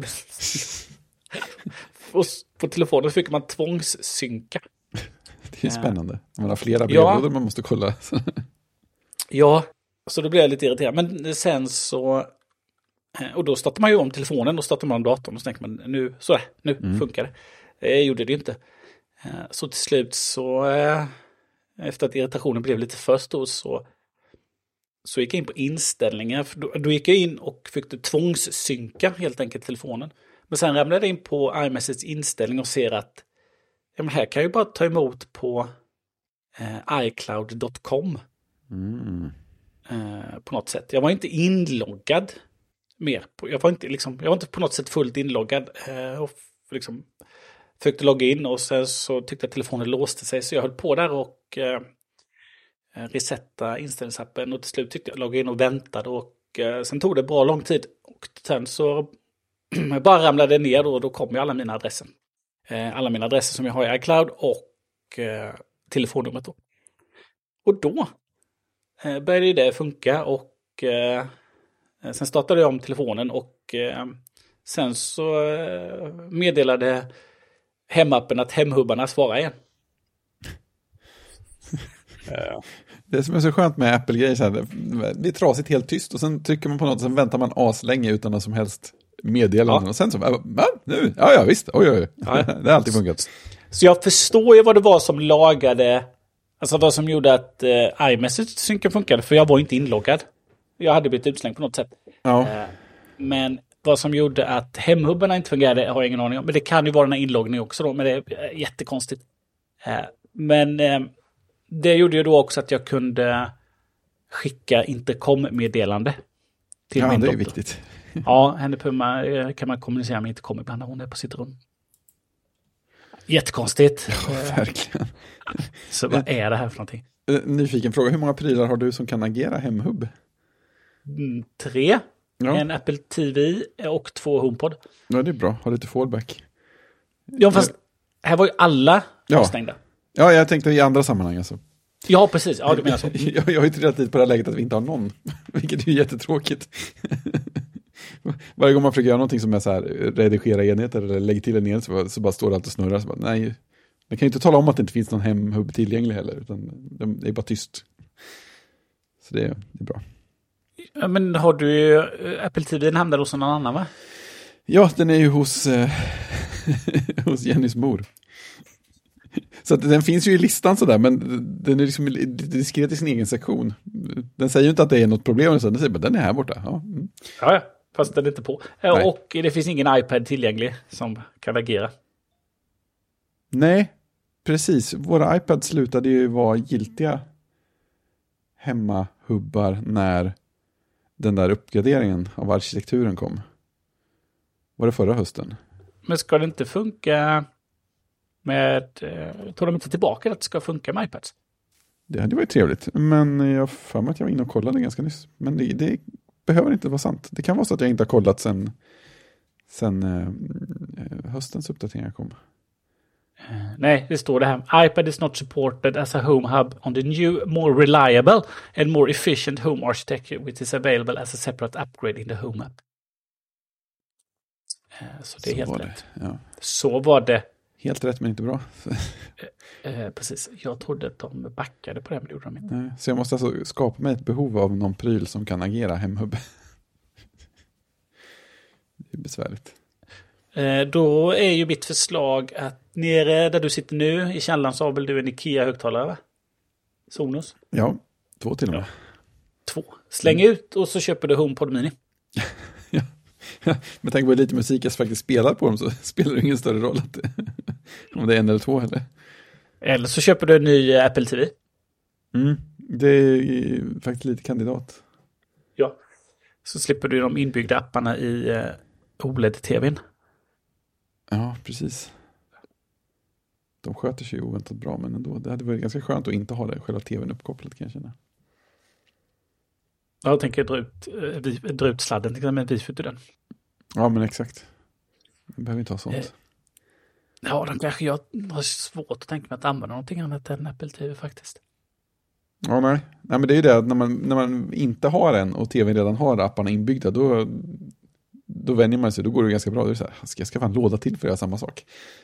och på telefonen fick man tvångssynka. Det är spännande. Man har flera brevlådor ja. Man måste kolla. Ja, så då blev jag lite irriterad. Men sen så och då startar man ju om telefonen och startar man om datorn och så tänker man nu, så nu mm. funkar det. Det gjorde det inte. Så till slut så efter att irritationen blev lite för stor så Så gick jag in på inställningar. För då, då gick jag in och fick tvångssynka helt enkelt telefonen. Men sen ramlade jag in på iMessage inställning och ser att ja, men här kan jag ju bara ta emot på eh, i cloud dot com. Mm. Eh, på något sätt. Jag var inte inloggad mer. På, jag, var inte, liksom, jag var inte på något sätt fullt inloggad. Eh, och liksom försökte logga in och sen så tyckte jag att telefonen låste sig. Så jag höll på där och... Eh, resetta inställningsappen och till slut tyckte jag logga in och väntade och eh, sen tog det bra lång tid och sen så jag bara ramlade ner då och då kom ju alla mina adresser. Eh, alla mina adresser som jag har i iCloud och eh, telefonnumret då. Och då eh, började det funka och eh, sen startade jag om telefonen och eh, Sen så eh, meddelade hemappen att hemhubbarna svarar igen. Ja. Det som är så skönt med Apple-grejer så här, det är trasigt helt tyst och sen trycker man på något och sen väntar man aslänge utan något som helst meddelande. Ja. Och sen så, va? Nu? Ja, ja, visst. Oj, oj, oj. Ja. Det har alltid funkat. Så jag förstår ju vad det var som lagade, alltså vad som gjorde att eh, iMessage-synken funkade, för jag var inte inloggad. Jag hade blivit utslängd på något sätt. Ja. Eh, men vad som gjorde att hemhubbarna inte fungerade har jag ingen aning om. Men det kan ju vara den här inloggningen också då, men det är jättekonstigt. Eh, men eh, det gjorde ju då också att jag kunde skicka intercom-meddelande till ja, min dotter. dotter. Ja, det är viktigt. Ja, henne Pumma kan man kommunicera med intercom ibland när hon är på sitt rum. Jättekonstigt. Ja, verkligen. Så vad är det här för någonting? Nyfiken fråga, hur många prylar har du som kan agera hemhubb? Mm, tre. Ja. En Apple T V och två HomePod. Ja, det är bra. Har du lite fallback? Ja, fast här var ju alla ja. avstängda. Ja, jag tänkte i andra sammanhang alltså. Ja, precis. Ja, du menar så. jag, jag har ju trillat lite på det här läget att vi inte har någon. Vilket är ju jättetråkigt. Varje gång man försöker göra någonting som är så här, redigera enheter eller lägga till en enhet så, så bara står det alltid och snurrar. Så bara, nej, man kan ju inte tala om att det inte finns någon hemhubb tillgänglig heller. Utan det är bara tyst. Så det är, det är bra. Ja, men har du Apple T V, den hamnar hos någon annan, va? Ja, den är ju hos, eh, hos Jennys mor. Så att den finns ju i listan sådär, men den är liksom diskret i sin egen sektion. Den säger ju inte att det är något problem, så den säger bara, den är här borta. Ja, mm. ja, ja, fast den är inte på. Nej. Och det finns ingen iPad tillgänglig som kan agera. Nej, precis. Våra iPads slutade ju vara giltiga hemmahubbar när den där uppgraderingen av arkitekturen kom. Var det förra hösten? Men ska det inte funka med... Tog de inte tillbaka att det ska funka med iPads? Det hade varit trevligt. Men jag för mig att jag var inne och kollade ganska nyss. Men det, det behöver inte vara sant. Det kan vara så att jag inte har kollat sen, sen eh, höstens uppdateringar kom. Nej, det står det här. iPad is not supported as a home hub on the new, more reliable and more efficient home architecture which is available as a separate upgrade in the home app. Så det är så helt rätt. Ja. Så var det. Helt rätt men inte bra. eh, precis. Jag trodde att de backade på det, men det gjorde de inte. Nej, så jag måste alltså skapa mig ett behov av någon pryl som kan agera hemhubb. Det är besvärligt. Eh, då är ju mitt förslag att nere där du sitter nu i källaren så har väl du en Ikea-högtalare, va? Sonos? Ja, två till och med. Ja. Två. Släng mm. ut och så köper du HomePod Mini. Ja. Med tanke på lite musik jag faktiskt spelar på dem så spelar det ingen större roll att det, om det är en eller två eller. Eller så köper du en ny Apple T V. Mm. Det är faktiskt lite kandidat. Ja. Så slipper du de inbyggda apparna i uh, O L E D-T V:n. Ja, precis. De sköter sig oväntat bra, men ändå. Det hade varit ganska skönt att inte ha det, själva tvn uppkopplat, kan jag känna. Ja, jag tänker dra ut, äh, dra ut sladden med wifi till den. Ja, men exakt. Man behöver inte ha sånt. Eh, ja, den kanske jag har svårt att tänka mig att använda någonting annat än Apple T V faktiskt. Ja, nej. Nej, men det är ju det att när man, när man inte har en och tvn redan har apparna inbyggda, då... Då vänjer man sig, då går det ganska bra. Det är så här, ska jag skaffa en låda till för att göra samma sak?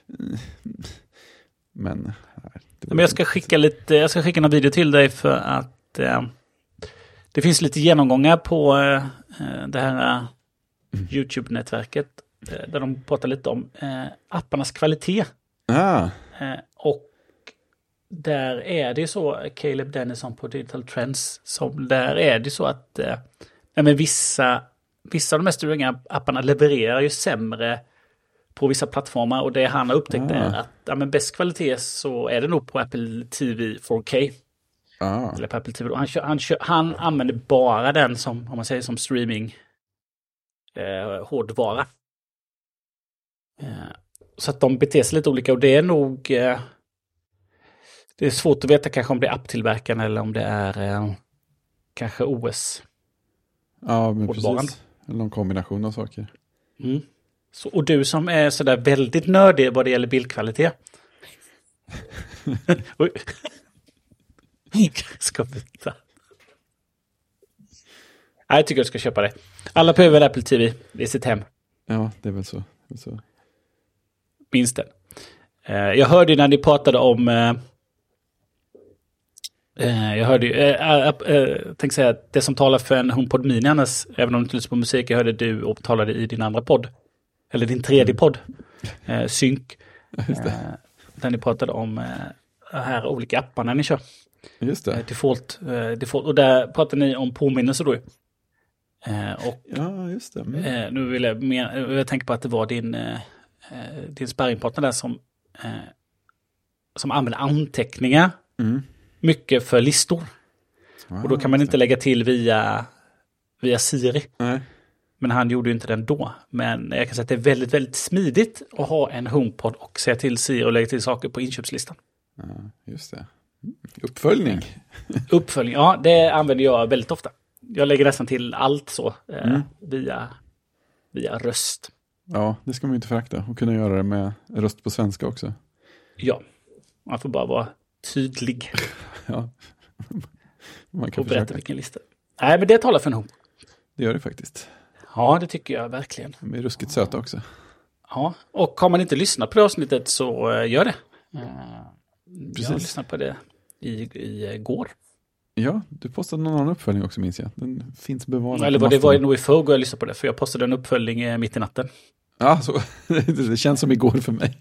Men... Nej, Men jag ska skicka lite, jag ska skicka en video till dig för att eh, det finns lite genomgångar på eh, det här eh, mm. YouTube-nätverket eh, där de pratar lite om eh, apparnas kvalitet. Ah. Eh, och där är det så, Caleb Dennison på Digital Trends, som där är det så att eh, men vissa Vissa av de mest styrninga apparna levererar ju sämre på vissa plattformar, och det han har upptäckt ah. är att ja, men bäst kvalitet så är det nog på Apple T V four K. Ah. Eller på Apple T V. Han, kör, han, kör, han använder bara den som, om man säger, som streaming eh, hårdvara. Eh, så att de beter sig lite olika, och det är nog eh, det är svårt att veta kanske om det är apptillverkaren eller om det är eh, kanske O S. Ja, men precis. Eller någon kombination av saker. Mm. Så, och du som är sådär väldigt nördig vad det gäller bildkvalitet. Ska byta. Jag tycker du ska köpa det. Alla behöver Apple T V i sitt hem. Ja, det är väl så. Det är så. Minst det. Eh, jag hörde ju när ni pratade om... Eh, eh, jag hörde ju... Eh, eh, eh, tänkte säga att det som talar för en HomePod Mini annars, även om du inte lyssnar på musik, jag hörde du och talade i din andra podd. Eller din tredje mm. podd. Eh, Synk. Just det. Eh, där ni pratade om eh, här olika apparna ni kör. Just det. Eh, default, eh, default. Och där pratade ni om påminnelser då. Eh, och, ja, just det. Mm. Eh, nu vill jag, men, jag tänker på att det var din, eh, din sparringpartner där som, eh, som använder anteckningar Mm. mycket för listor. Ah, och då kan man inte lägga till via, via Siri. Nej. Men han gjorde ju inte den då. Men jag kan säga att det är väldigt, väldigt smidigt att ha en HomePod och säga till Siri och lägga till saker på inköpslistan. Ja, just det. Mm. Uppföljning. Uppföljning, ja, det använder jag väldigt ofta. Jag lägger nästan till allt så eh, Mm. via, via röst. Ja, det ska man ju inte förakta. Och kunna göra det med röst på svenska också. Ja, man får bara vara tydlig. Ja. Man kan och berätta försöka. vilken lista. Nej, men det talar för en HomePod. Det gör det faktiskt. Ja, det tycker jag verkligen. De är ruskigt söta också. Ja, och har man inte lyssnat på det avsnittet så uh, gör det. Uh, Precis. Jag lyssnade på det i, i går. Ja, du postade någon annan uppföljning också, minns jag. Den finns bevarad. Eller vad det var nog i förrgår jag lyssnade på det, för jag postade en uppföljning uh, mitt i natten. Ja, så. Det känns som igår för mig.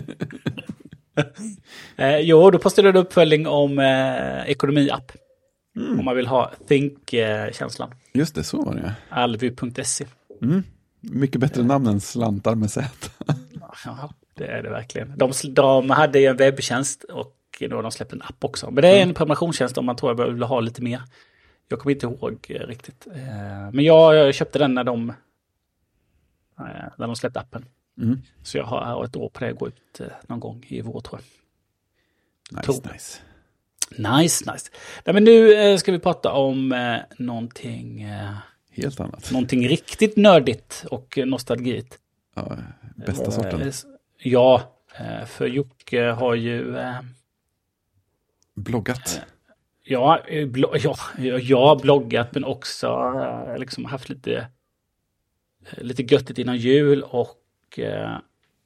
uh, jo, då postade jag en uppföljning om uh, ekonomiapp. Mm. Om man vill ha Think-känslan. Uh, Just det, så var det. alvi punkt se. Mm. Mycket bättre uh. namn än slantar med Z. Ja, det är det verkligen. De, de hade ju en webbtjänst och då har de släppt en app också. Men det är en prenumerationstjänst om man tror jag vill ha lite mer. Jag kommer inte ihåg riktigt. Men jag köpte den när de, när de släppte appen. Mm. Så jag har ett år på det att gå ut någon gång i vår, tror jag. Nice, tror. nice. Nice, nice. Nej, men nu ska vi prata om någonting... Helt annat. Någonting riktigt nördigt och nostalgigt. Ja, bästa sorten. Ja, för Jocke har ju... Bloggat. Ja, blo- ja, jag har bloggat men också liksom haft lite, lite göttigt innan jul och eh,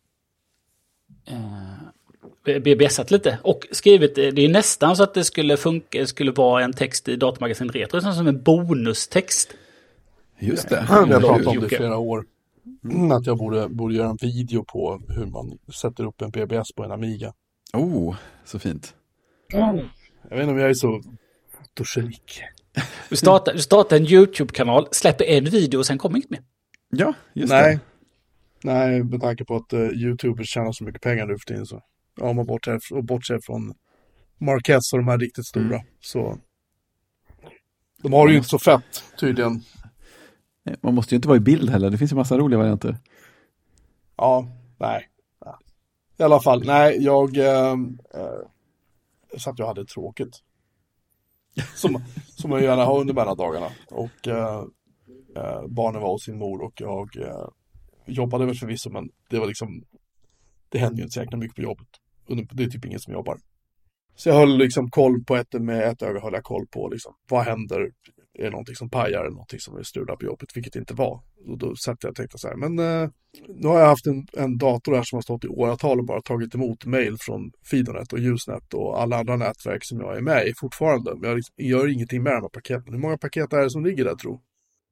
B B S:at lite. Och skrivit, det är nästan så att det skulle funka, skulle vara en text i Datamagasin Retro som en bonustext. Just det. Jag har pratat om det i flera år. Mm. Att jag borde, borde göra en video på hur man sätter upp en B B S på en Amiga. Oh, så fint. Mm. Jag vet inte om jag är så fotogenik. Du startar, du startar en YouTube-kanal, släpper en video och sen kommer inget mer. Ja, just Nej. det. Nej, med tanke på att uh, YouTubers tjänar så mycket pengar nu för tiden så. Ja, man bortser, och bortser från Marquez och de här riktigt stora. Mm. Så de har det ju inte så fett, tydligen. Man måste ju inte vara i bild heller. Det finns ju massa roliga varianter. Ja, nej. nej. I alla fall, nej, jag äh, äh, satt jag hade tråkigt. Som, som jag gärna har under de här dagarna. Och äh, äh, barnen var hos sin mor och jag äh, jobbade väl förvisso, men det var liksom, det hände ju inte så jäkla mycket på jobbet. Det är typ ingen som jobbar. Så jag höll liksom koll på ett, med ett öga höll jag koll på liksom, vad händer? Är det någonting som pajar eller någonting som är strulat på jobbet, vilket det inte var. Och då satt jag och tänkte så här, men eh, nu har jag haft en, en dator här som har stått i åratal och bara tagit emot mejl från Fidonet och Usenet och alla andra nätverk som jag är med i fortfarande. Men jag liksom, gör ingenting med de här paketen. Hur många paket är det som ligger där, tror?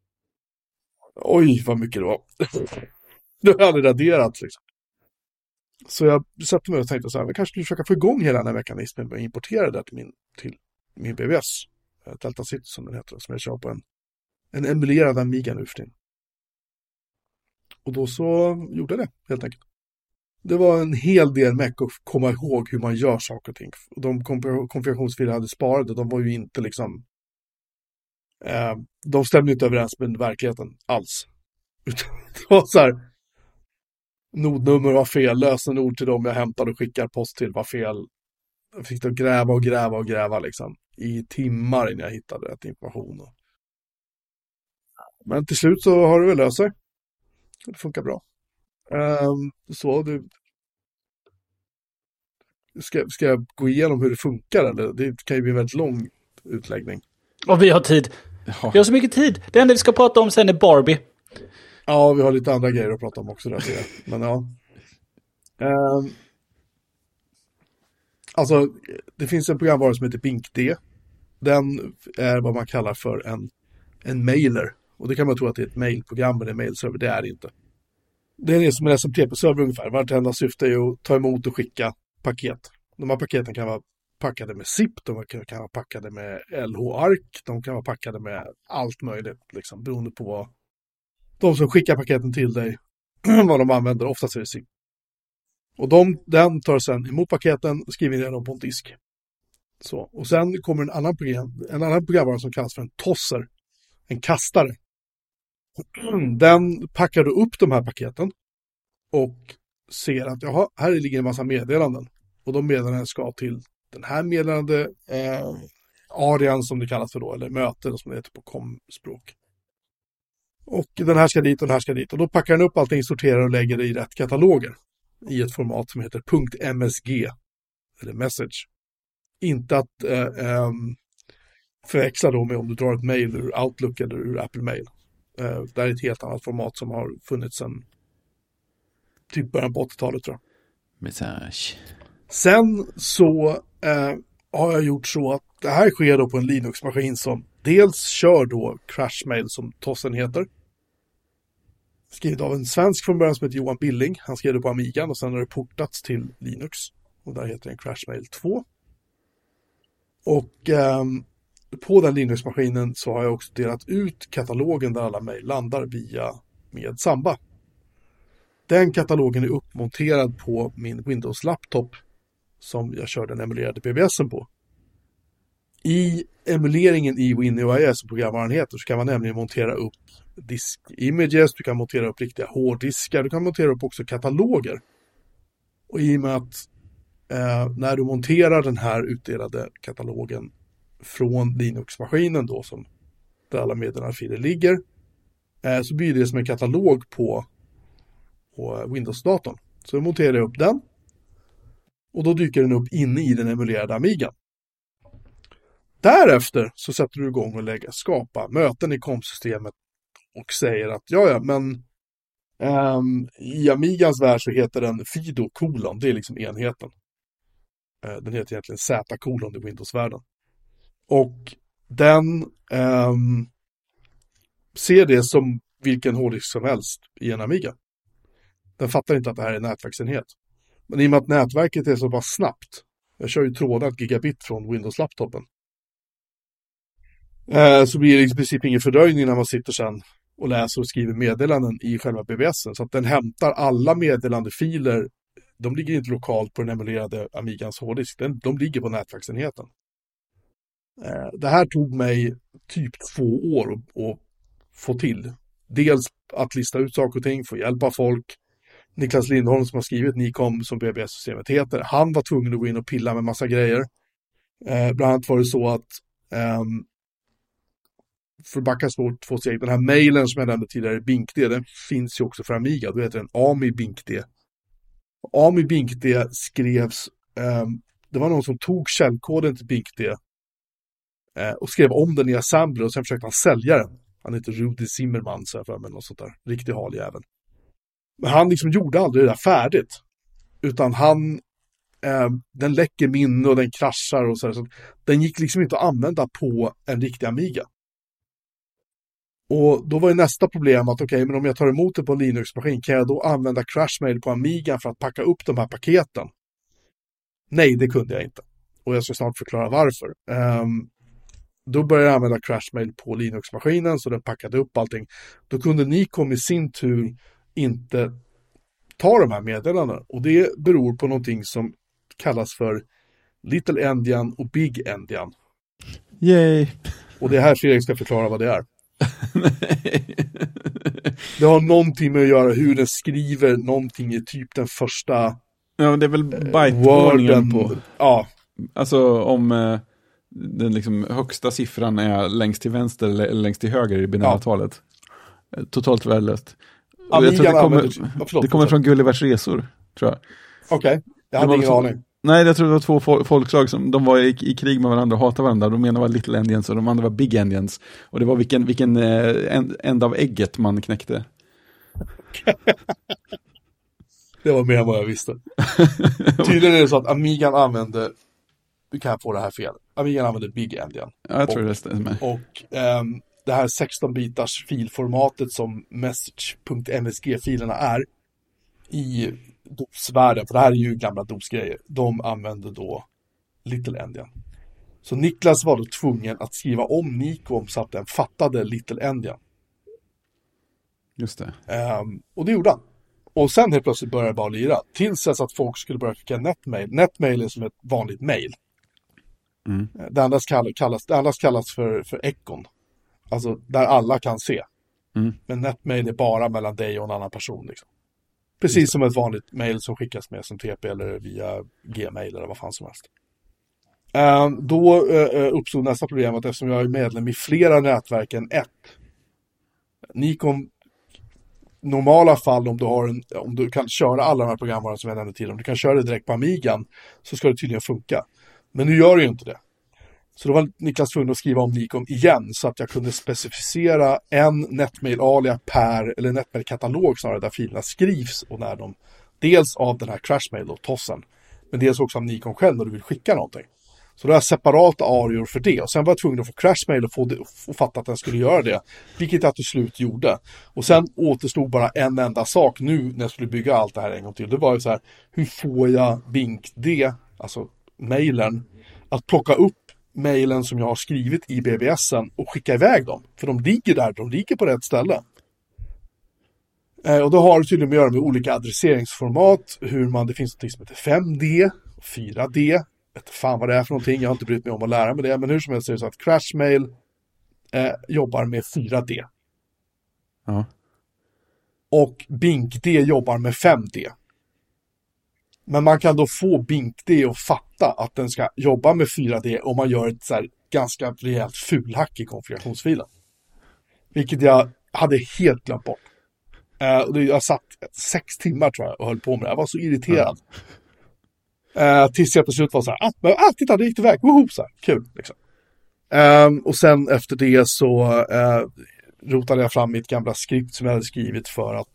Oj, vad mycket det var. Det har jag aldrig raderat liksom. Så jag satte mig och tänkte så här, men kanske skulle försöka få igång hela den här mekanismen med att importera det till min, till min B B S. Delta City som den heter, som jag kör på en, en emulerad Amiga nu för tiden. Och då så gjorde jag det, helt enkelt. Det var en hel del med att komma ihåg hur man gör saker och ting. Och de konfigurationsfiler jag hade sparade, de var ju inte liksom... Eh, de stämde inte överens med verkligheten alls. Utan det var så här... Nodnummer var fel, lösenord till dem jag hämtade och skickar post till var fel. Jag fick då gräva och gräva och gräva liksom i timmar innan jag hittade rätt information. Men till slut så har det väl löst sig. Det funkar bra. Um, så du... Ska, ska jag gå igenom hur det funkar? Eller? Det kan ju bli en väldigt lång utläggning. Och vi har tid. Ja. Vi har så mycket tid. Det enda vi ska prata om sen är Barbie. Ja, vi har lite andra grejer att prata om också där. Men ja. Um, alltså, det finns en programvara som heter BinkD. Den är vad man kallar för en, en mailer. Och det kan man tro att det är ett mailprogram eller en mailserver. Det är det inte. Det är som en S M T P-server ungefär. Vartenda syfte är att ta emot och skicka paket. De här paketen kan vara packade med zip, de kan vara packade med L H-ark, de kan vara packade med allt möjligt, liksom, beroende på vad de som skickar paketen till dig, vad de använder. Oftast är det zip. Och de, den tar sen emot paketen och skriver ner dem på en disk. Så. Och sen kommer en annan program, en annan programvara som kallas för en tosser, en kastare. Den packar då upp de här paketen och ser att jaha, här ligger en massa meddelanden. Och de meddelanden ska till den här meddelande eh, arean som det kallas för då, eller möten som det heter på komspråk. Och den här ska dit och den här ska dit. Och då packar den upp allting, sorterar och lägger det i rätt kataloger. I ett format som heter .msg. Eller message. Inte att eh, eh, förväxla då med om du drar ett mail ur Outlook eller ur Apple Mail. Eh, det är ett helt annat format som har funnits sedan typ början på åttiotalet tror jag. Message. Sen så eh, har jag gjort så att det här sker då på en Linux-maskin som dels kör då Crashmail som tossen heter. Skrivet av en svensk från början som heter Johan Billing. Han skrev det på Amigan och sen har det portats till Linux. Och där heter den Crashmail två. Och eh, på den Linux-maskinen så har jag också delat ut katalogen där alla mejl landar via med Samba. Den katalogen är uppmonterad på min Windows-laptop som jag körde den emulerade B B S:en på. I emuleringen i WinUAE som programvaran heter så kan man nämligen montera upp disk-images, du kan montera upp riktiga hårddiskar, du kan montera upp också kataloger. Och i och med att eh, när du monterar den här utdelade katalogen från Linux-maskinen då som där alla meddelandefiler ligger eh, så blir det som en katalog på, på Windows-datorn. Så jag monterar upp den och då dyker den upp inne i den emulerade Amiga. Därefter så sätter du igång och lägger, skapa möten i komsystemet och säger att ja, ja, men um, i Amigans värld så heter den Fido kolon, det är liksom enheten. Uh, den heter egentligen Z kolon i Windows-världen. Och den um, ser det som vilken hårddisk som helst i en Amiga. Den fattar inte att det här är en nätverksenhet. Men i och med att nätverket är så pass snabbt, jag kör ju trådat gigabit från Windows-laptopen, eh, så blir det i princip ingen fördröjning när man sitter sen och läser och skriver meddelanden i själva B B S:en. Så att den hämtar alla meddelandefiler, de ligger inte lokalt på den emulerade Amigans hårddisk, den, de ligger på nätverksenheten. Eh, det här tog mig typ två år att, att få till. Dels att lista ut saker och ting, få hjälp av folk. Niklas Lindholm som har skrivit Nikom som B B S-systemet heter, han var tvungen att gå in och pilla med massa grejer. Eh, bland annat var det så att eh, för att backa svårt två steg, den här mailen som jag nämnde tidigare, BinkD, den finns ju också för Amiga, då heter den Ami BinkD. Ami BinkD skrevs, eh, det var någon som tog källkoden till BinkD eh, och skrev om den i assembler och sen försökte han sälja den. Han heter Rudi Zimmerman, så för mig, något sånt där, riktig haljävel. Men han liksom gjorde aldrig det där färdigt. Utan han, eh, den läcker minne och den kraschar och sådär. Så den gick liksom inte att använda på en riktig Amiga. Och då var ju nästa problem att okej, okay, men om jag tar emot det på en Linux-maskin, kan jag då använda Crashmail på Amiga för att packa upp de här paketen? Nej, det kunde jag inte. Och jag ska snart förklara varför. Um, då började jag använda Crashmail på Linux-maskinen så den packade upp allting. Då kunde Nikom i sin tur inte ta de här meddelandena. Och det beror på någonting som kallas för Little Endian och Big Endian. Yay! Och det är här Fredrik ska förklara vad det är. Det har någonting med att göra hur den skriver någonting i typ den första. Ja, det är väl byte-ordningen på. Ja. Alltså om eh, den liksom högsta siffran är längst till vänster eller längst till höger i binära ja. talet. Totalt värdelöst. Jag tror det kommer, använder, förlåt, det kommer från Gullivers resor, tror jag. Okej, okay. jag hade ingen så, aning. Nej, jag tror det var två fol- folkslag som de var i, i krig med varandra och hatade varandra. De ena var Little Endians och de andra var Big Endians. Och det var vilken, vilken eh, end, end av ägget man knäckte. Det var mer än vad jag visste. Tydligen är det så att Amigan använde, vi kan få det här fel, Amigan använde Big Endian. Ja, jag tror och, det stämmer. Och um, det här sexton-bitars filformatet som message.msg-filerna är i D O S-världen, för det här är ju gamla D O S-grejer, de använde då Little Endian. Så Niklas var då tvungen att skriva om Nikom så att den fattade Little Endian. Just det. Um, och det gjorde han. Och sen helt plötsligt började det bara lira. Tills dess att folk skulle börja skicka netmail. Netmail är som ett vanligt mail. Mm. Det annars kallas, det annars kallas för, för Econ. Alltså där alla kan se. Mm. Men netmail är bara mellan dig och en annan person. Liksom. Precis som ett vanligt mail som skickas med S M T P eller via Gmail eller vad fan som helst. Um, då uh, uppstod nästa problem att eftersom jag är medlem i flera nätverk än ett. Nikom normala fall om du har en, om du kan köra alla de här programvarorna som jag nämnde tidigare, om du kan köra det direkt på Amigan så ska det tydligen funka. Men nu gör det ju inte det. Så då var Niklas tvungen att skriva om Nikom igen så att jag kunde specificera en netmail-alia per, eller netmail-katalog snarare, där filerna skrivs och när de, dels av den här crashmail då, tossen, men dels också av Nikom själv när du vill skicka någonting. Så då har jag separata arior för det. Och sen var jag tvungen att få crashmail och få det, och fatta att den skulle göra det. Vilket jag till slut gjorde. Och sen återstod bara en enda sak nu när jag skulle bygga allt det här en gång till. Det var ju så här, hur får jag BINC-D, alltså mailen, att plocka upp mailen som jag har skrivit i B B S:en och skicka iväg dem. För de ligger där, de ligger på rätt ställe. Eh, och då har det tydligen att göra med olika adresseringsformat. Hur man, det finns något som heter fem D, fyra D. Vet fan vad det är för någonting, jag har inte brytt mig om att lära mig det, men hur som helst är det så att Crashmail eh, jobbar med fyra D. Ja. Och BINC-D jobbar med fem D. Men man kan då få BINC-D att fatta att den ska jobba med fyra D om man gör ett så här ganska rejält fulhack i konfigurationsfilen. Vilket jag hade helt glömt bort. Eh, och jag satt sex timmar tror jag och höll på med det. Jag var så irriterad. Ja. Uh, tills jag till slut var så här, ah, ah titta, det gick iväg, woho, så här, kul liksom. Um, och sen efter det så uh, rotade jag fram mitt gamla skript som jag hade skrivit för att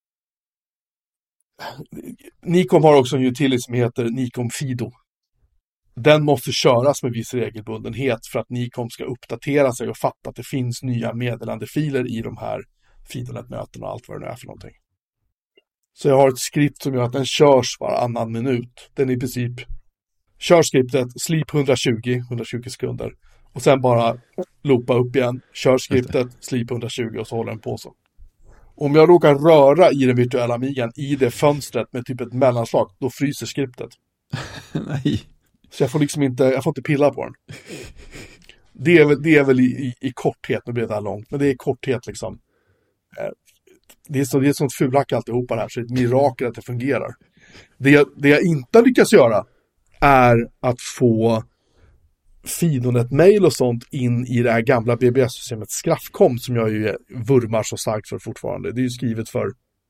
Nikom har också en utility som heter Nikom Fido. Den måste köras med viss regelbundenhet för att Nikom ska uppdatera sig och fatta att det finns nya meddelandefiler i de här Fidonet-mötena och allt vad det nu är för någonting. Så jag har ett skript som gör att den körs varannan minut. Den i princip kör skriptet, sleep hundratjugo, hundratjugo sekunder. Och sen bara loopa upp igen, kör skriptet, sleep hundratjugo och så håller den på så. Om jag råkar röra i den virtuella Amigan i det fönstret med typ ett mellanslag, då fryser skriptet. Nej. Så jag får liksom inte, jag får inte pilla på den. Det är väl, det är väl i, i, i korthet, nu blir det här långt, men det är i korthet liksom. Det är, så, det är sånt fulhack alltihopa här, så det är ett mirakel att det fungerar. Det, det jag inte lyckas göra är att få Fidonet-mail och sånt in i det här gamla B B S-systemet Skraffkom som jag ju vurmar så starkt för fortfarande. Det är ju skrivet för...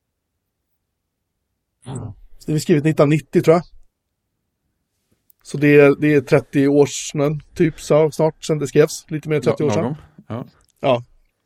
Mm. Det är skrivet nittonhundranittio tror jag. Så det är, det är trettio år sedan, typ så snart sedan det skrevs. Lite mer än trettio år sedan. Ja. Ja.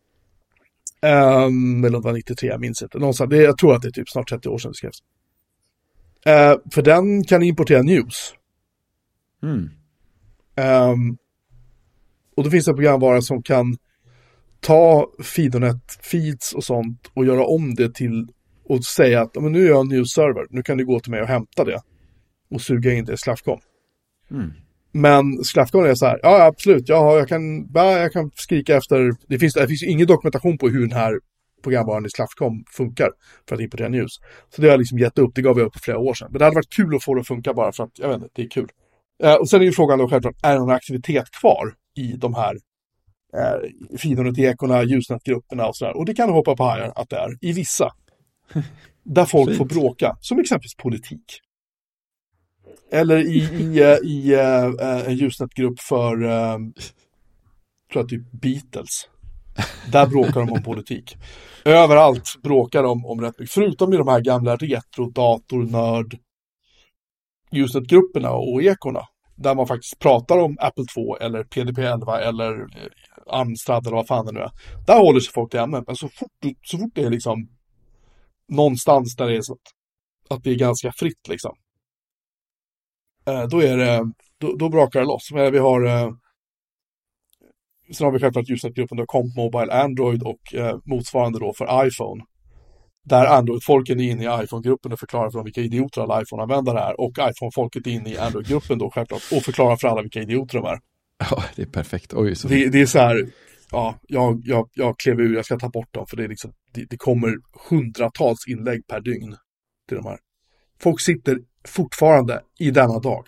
Um, eller det var nittiotre, jag minns inte. Någonstans, det, jag tror att det är typ snart trettio år sedan det skrevs. Uh, för den kan importera news. Mm. Um, och då finns det programvara som kan ta Fidonet-feeds och sånt och göra om det till och säga att men nu är jag en news-server, nu kan du gå till mig och hämta det och suga in det i Skraffkom. Mm. Men Skraffkom är så här, ja absolut, ja, jag, kan, jag kan skrika efter, det finns, det finns ju ingen dokumentation på hur den här programvaran i Skraffkom funkar för att importera news. Så det har jag liksom gett upp, det gav jag upp för flera år sedan. Men det hade varit kul att få det att funka bara för att, jag vet inte, det är kul. Uh, och sen är ju frågan då självklart, är det någon aktivitet kvar i de här uh, Fidonet-ekorna, ljusnätgrupperna och sådär. Och det kan hoppa på här att det är i vissa. Där folk Fint. får bråka, som exempelvis politik. Eller i, i, i uh, en ljusnätgrupp för uh, tror jag typ Beatles. Där bråkar de om politik. Överallt bråkar de om rätt mycket. Förutom i de här gamla retro-dator-nörd ljusnätgrupperna och ekorna. Där man faktiskt pratar om Apple två eller P D P elva eller eh, Amstrad eller vad fan det nu är. Där håller sig folk till ämnet. Men så fort, så fort det är liksom någonstans där det är så att, att det är ganska fritt liksom. Eh, då är det, då, då brakar det loss. Men vi har, eh, sen har vi självklart Usenet-gruppen då, Comp Mobile, Android och eh, motsvarande då för iPhone. Där Android-folken är inne i iPhone-gruppen och förklarar för dem vilka idioter alla iPhone-användare är. Och iPhone-folket är inne i Android-gruppen då självklart och förklarar för alla vilka idioter de är. Ja, det är perfekt. Oj, så... Det, det är så här, ja, jag, jag, jag klev ur, jag ska ta bort dem för det är liksom, det, det kommer hundratals inlägg per dygn till de här. Folk sitter fortfarande i denna dag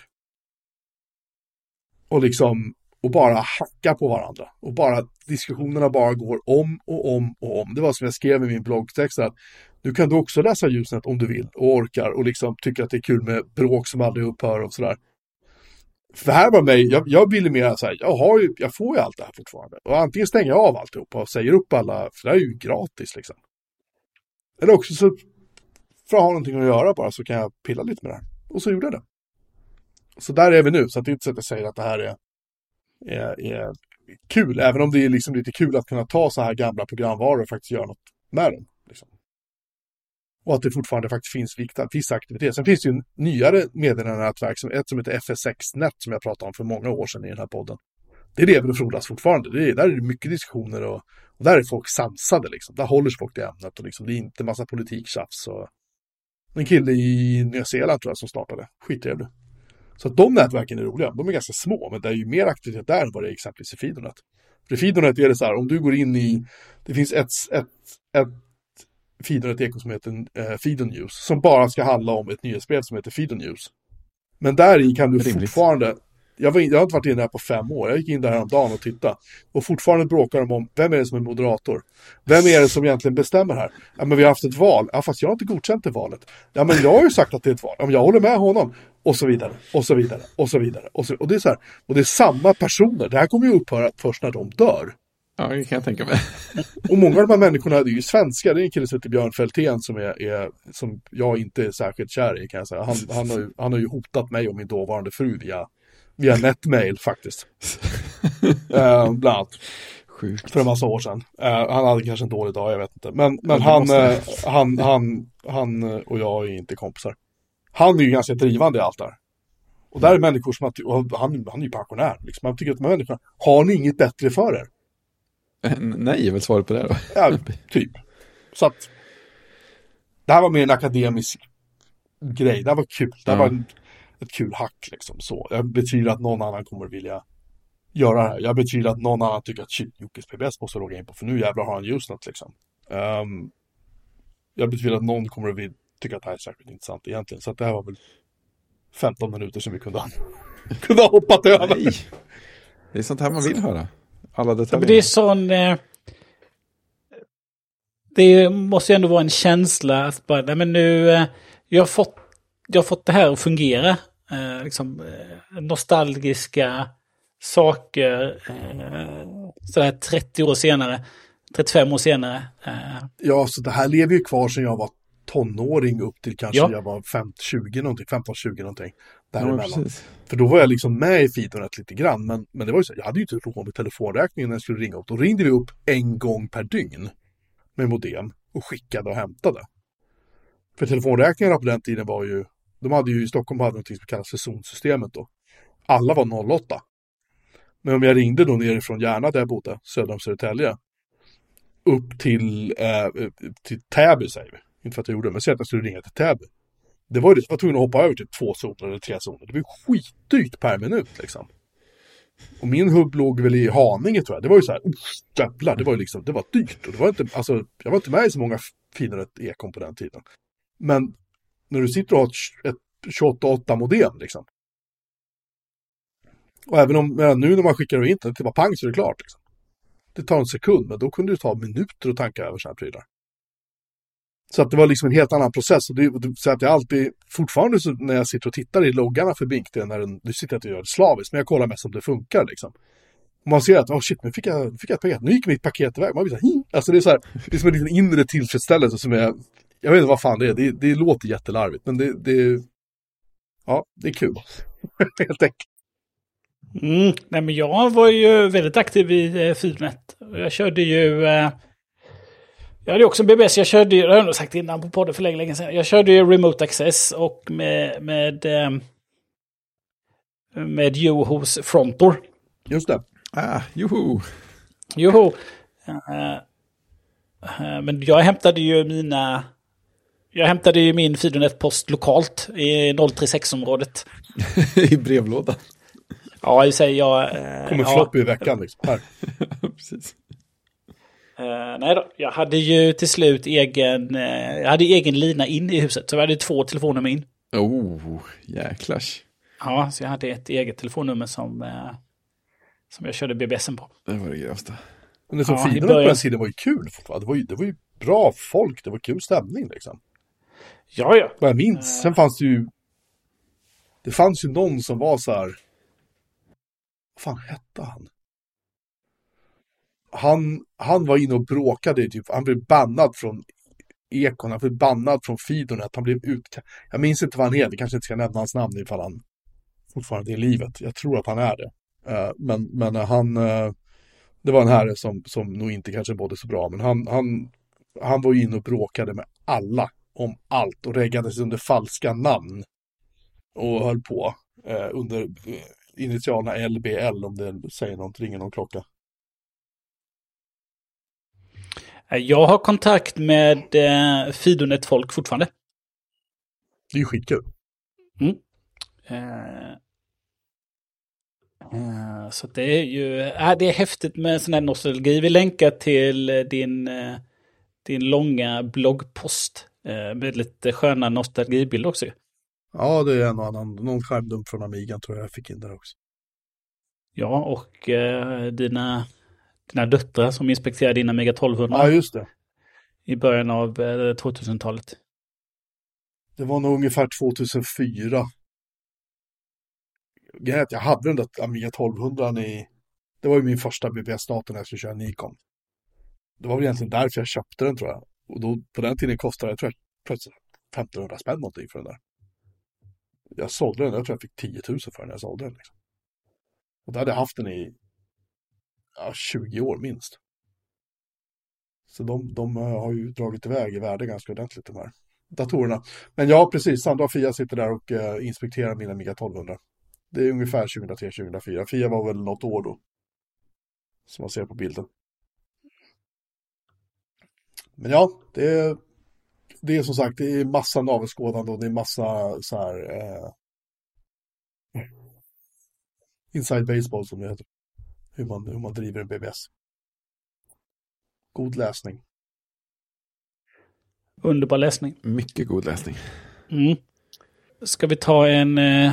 och liksom och bara hackar på varandra och bara diskussionerna bara går om och om och om. Det var som jag skrev i min bloggtext att nu kan du också läsa Usenet om du vill och orkar och liksom tycker att det är kul med bråk som aldrig upphör och sådär. För här var mig, jag, jag ville mer så här, jag, har ju, jag får ju allt det här fortfarande. Och antingen stänger jag av alltihopa och säger upp alla, för det är ju gratis liksom. Eller också så, för att ha någonting att göra bara så kan jag pilla lite med det här. Och så gjorde jag det. Så där är vi nu, så att det är inte så att jag säger att det här är, är, är kul. Även om det är liksom lite kul att kunna ta så här gamla programvaror och faktiskt göra något med dem. Liksom. Och att det fortfarande faktiskt finns vissa aktiviteter. Sen finns det ju nyare meddelandenätverk, som ett som heter F S sex net som jag pratade om för många år sedan i den här podden. Det lever och frodas fortfarande. Det är, där är det mycket diskussioner och, och där är folk samsade. Liksom. Där håller sig folk till ämnet och liksom, det är inte massa politiktjafs. Och... En kille i Nya Zeeland tror jag som startade. Skittrevlig. Så att de nätverken är roliga. De är ganska små, men det är ju mer aktivitet där än vad det är exempelvis i Fidonet. För i Fidonet är det så här, om du går in i, det finns ett, ett, ett Fidonet-eko som heter eh, Fidonews, som bara ska handla om ett nyhetsbrev som heter Fidonews. Men där i kan du Rimligt. fortfarande, jag, var in, jag har inte varit inne där på fem år, jag gick in där häromdagen och tittade, och fortfarande bråkar de om, vem är det som är moderator? Vem är det som egentligen bestämmer här? Ja, men vi har haft ett val, ja fast jag har inte godkänt det valet. Ja men jag har ju sagt att det är ett val, ja, men jag håller med honom. Och så vidare, och så vidare, och så vidare. Och, så, och, det är så här, och det är samma personer, det här kommer ju upphöra först när de dör. Ja, det kan jag tänka mig. Och många av de här människorna är ju svenskar. Det är en kille som heter Björn Fältén som, är, är, som jag inte är särskilt kär i kan jag säga. Han, han, har, ju, han har ju hotat mig och min dåvarande fru via, via netmail faktiskt. uh, bland annat. Sjukt. För en massa år sedan. Uh, han hade kanske en dålig dag, jag vet inte. Men, men han, uh, han, han, han och jag är inte kompisar. Han är ju ganska drivande i allt där. Och där är människor som att, och han, han är ju pensionär. Liksom. Man tycker att de här människorna, har ni inget bättre för er? Nej, jag vill svara på det då. Ja, typ. Så att det här var mer en akademisk grej. Det här var kul. Det här ja. var en, ett kul hack liksom. Så jag betvivlar att någon annan kommer vilja göra det här. Jag betvivlar att någon annan tycker att shit, Jockes P B S måste logga in på, för nu jävlar har han Usenet liksom. Um, jag betvivlar att någon kommer att vilja tycka att det här är särskilt intressant egentligen. Så att det här var väl femton minuter som vi kunde ha, kunde ha hoppat över. Nej. Det är sånt här man vill höra. Alla detaljer. Ja, det är sån... Eh, det måste ju ändå vara en känsla att bara, nej men nu... Eh, jag, har fått, jag har fått det här att fungera. Eh, liksom, eh, nostalgiska saker. Eh, sådär trettio år senare. trettiofem år senare. Eh. Ja, så det här lever ju kvar sedan jag var tonåring upp till kanske ja. jag var femton tjugo någonting, femton tjugo någonting däremellan. Ja, för då var jag liksom med i Fidonet lite grann, men, men det var ju så, jag hade ju inte råd med telefonräkningen när jag skulle ringa upp. Då ringde vi upp en gång per dygn med modem och skickade och hämtade. För telefonräkningarna på den tiden var ju, de hade ju i Stockholm hade något som kallas för zonsystemet då. Alla var noll åtta. Men om jag ringde då nerifrån Järna där jag bodde, söder om Södertälje, upp till, eh, till Täby säger vi. Inte för att jag gjorde det, men säg att jag skulle ringa till Täby. Det var ju det, jag var tvungen att hoppa över till två zoner eller tre zoner. Det var ju skitdyrt per minut liksom. Och min hubb låg väl i Haninge tror jag. Det var ju så här, jävlar, det var ju liksom, det var dyrt. Och det var inte, alltså, jag var inte med i så många finare ekon på den tiden. Men när du sitter och har ett, ett tjugoåtta åtta modem liksom. Och även om, nu när man skickar över internet, det var pang så är det klart liksom. Det tar en sekund, men då kunde det ta minuter att tanka över sådana här prylar. Så att det var liksom en helt annan process. Och det, så att jag alltid, fortfarande så när jag sitter och tittar i loggarna för Bink, det när den, du sitter inte och gör det slaviskt, men jag kollar mest om det funkar liksom. Och man ser att, åh oh shit, nu fick jag, fick jag ett paket, nu gick mitt paket iväg. Man blir så här, alltså det är så här, det är som en liten inre tillfredsställelse som är, jag vet inte vad fan det är, det, det låter jättelarvigt, men det, det, ja, det är kul. Helt enkelt. Mm, nej men jag var ju väldigt aktiv i eh, Fidonet. Jag körde ju... Eh, Jag hade också B B S. Jag körde ju, jag har nog sagt innan på podden för länge, länge sedan. Jag körde ju Remote Access och med med, med Jo hos Frontor. Just det. Ah, joho! Joho. Uh, uh, men jag hämtade ju mina... Jag hämtade ju min Fidonet-post lokalt i noll tre sex-området. I brevlådan. Ja, jag säger jag... Uh, Kommer ja. flopp i veckan liksom. Här. Precis. Uh, nej då, jag hade ju till slut egen... Uh, jag hade egen lina in i huset, så jag hade två telefonnummer in. Oh, jäklars. Ja, så jag hade ett eget telefonnummer som, uh, som jag körde B B S:en på. Det var det grövsta. Men det som Ja, Fidonet i på början- den sidan var ju kul fortfarande. Det var ju, det var ju bra folk, det var kul stämning liksom. Ja, ja. Vad jag minns, sen fanns det ju... Det fanns ju någon som var så här... Vad fan hette han? Han, han var inne och bråkade, typ, han blev bannad från Ekon, han blev bannad från Fidonet, han blev ut... Jag minns inte vad han heter, kanske inte ska nämna hans namn ifall han fortfarande är i livet. Jag tror att han är det. Uh, men, men uh, han... Uh, det var en herre som, som nog inte kanske mådde så bra, men han, han, han var ju inne och bråkade med alla om allt och reggade sig under falska namn och höll på uh, under uh, initialerna L B L, om det säger något, ringer någon klocka. Jag har kontakt med eh, Fidonet-folk fortfarande. Det är ju skitkul. Mm. Eh, eh, så det är ju äh, det är häftigt med sån här nostalgi. Vi länkar till din, eh, din långa bloggpost eh, med lite sköna nostalgibilder också. Ja, det är en annan, någon skärmdump från Amigan tror jag jag fick in där också. Ja, och eh, dina, dina döttrar som inspekterade dina Amiga tolvhundra Ja, just det. i början av eh, tvåtusentalet. Det var nog ungefär tvåtusenfyra. Jag hade den där Amiga tolvhundra i... Det var ju min första B B S-dator när jag skulle köra Nikon. Det var väl egentligen därför jag köpte den tror jag. Och då, på den tiden kostade det, tror jag, plötsligt femtonhundra spänn någonting för den där. Jag sålde den, jag tror jag fick tio tusen för den när jag sålde den. Liksom. Och då hade jag haft den i ja, tjugo år minst. Så de, de har ju dragit iväg i värde ganska ordentligt, de här datorerna. Men ja, precis. Sandra och Fia sitter där och uh, inspekterar mina Amiga tolvhundra. Det är ungefär tjugohundratre tjugohundrafyra. Fia var väl något år då. Som man ser på bilden. Men ja, det är, det är som sagt, det är massa navelskådande och det är massa så här... Uh, inside baseball som det heter. Hur man, hur man driver en B B S. God läsning. Underbar läsning. Mycket god läsning. Mm. Ska vi ta en... Eh...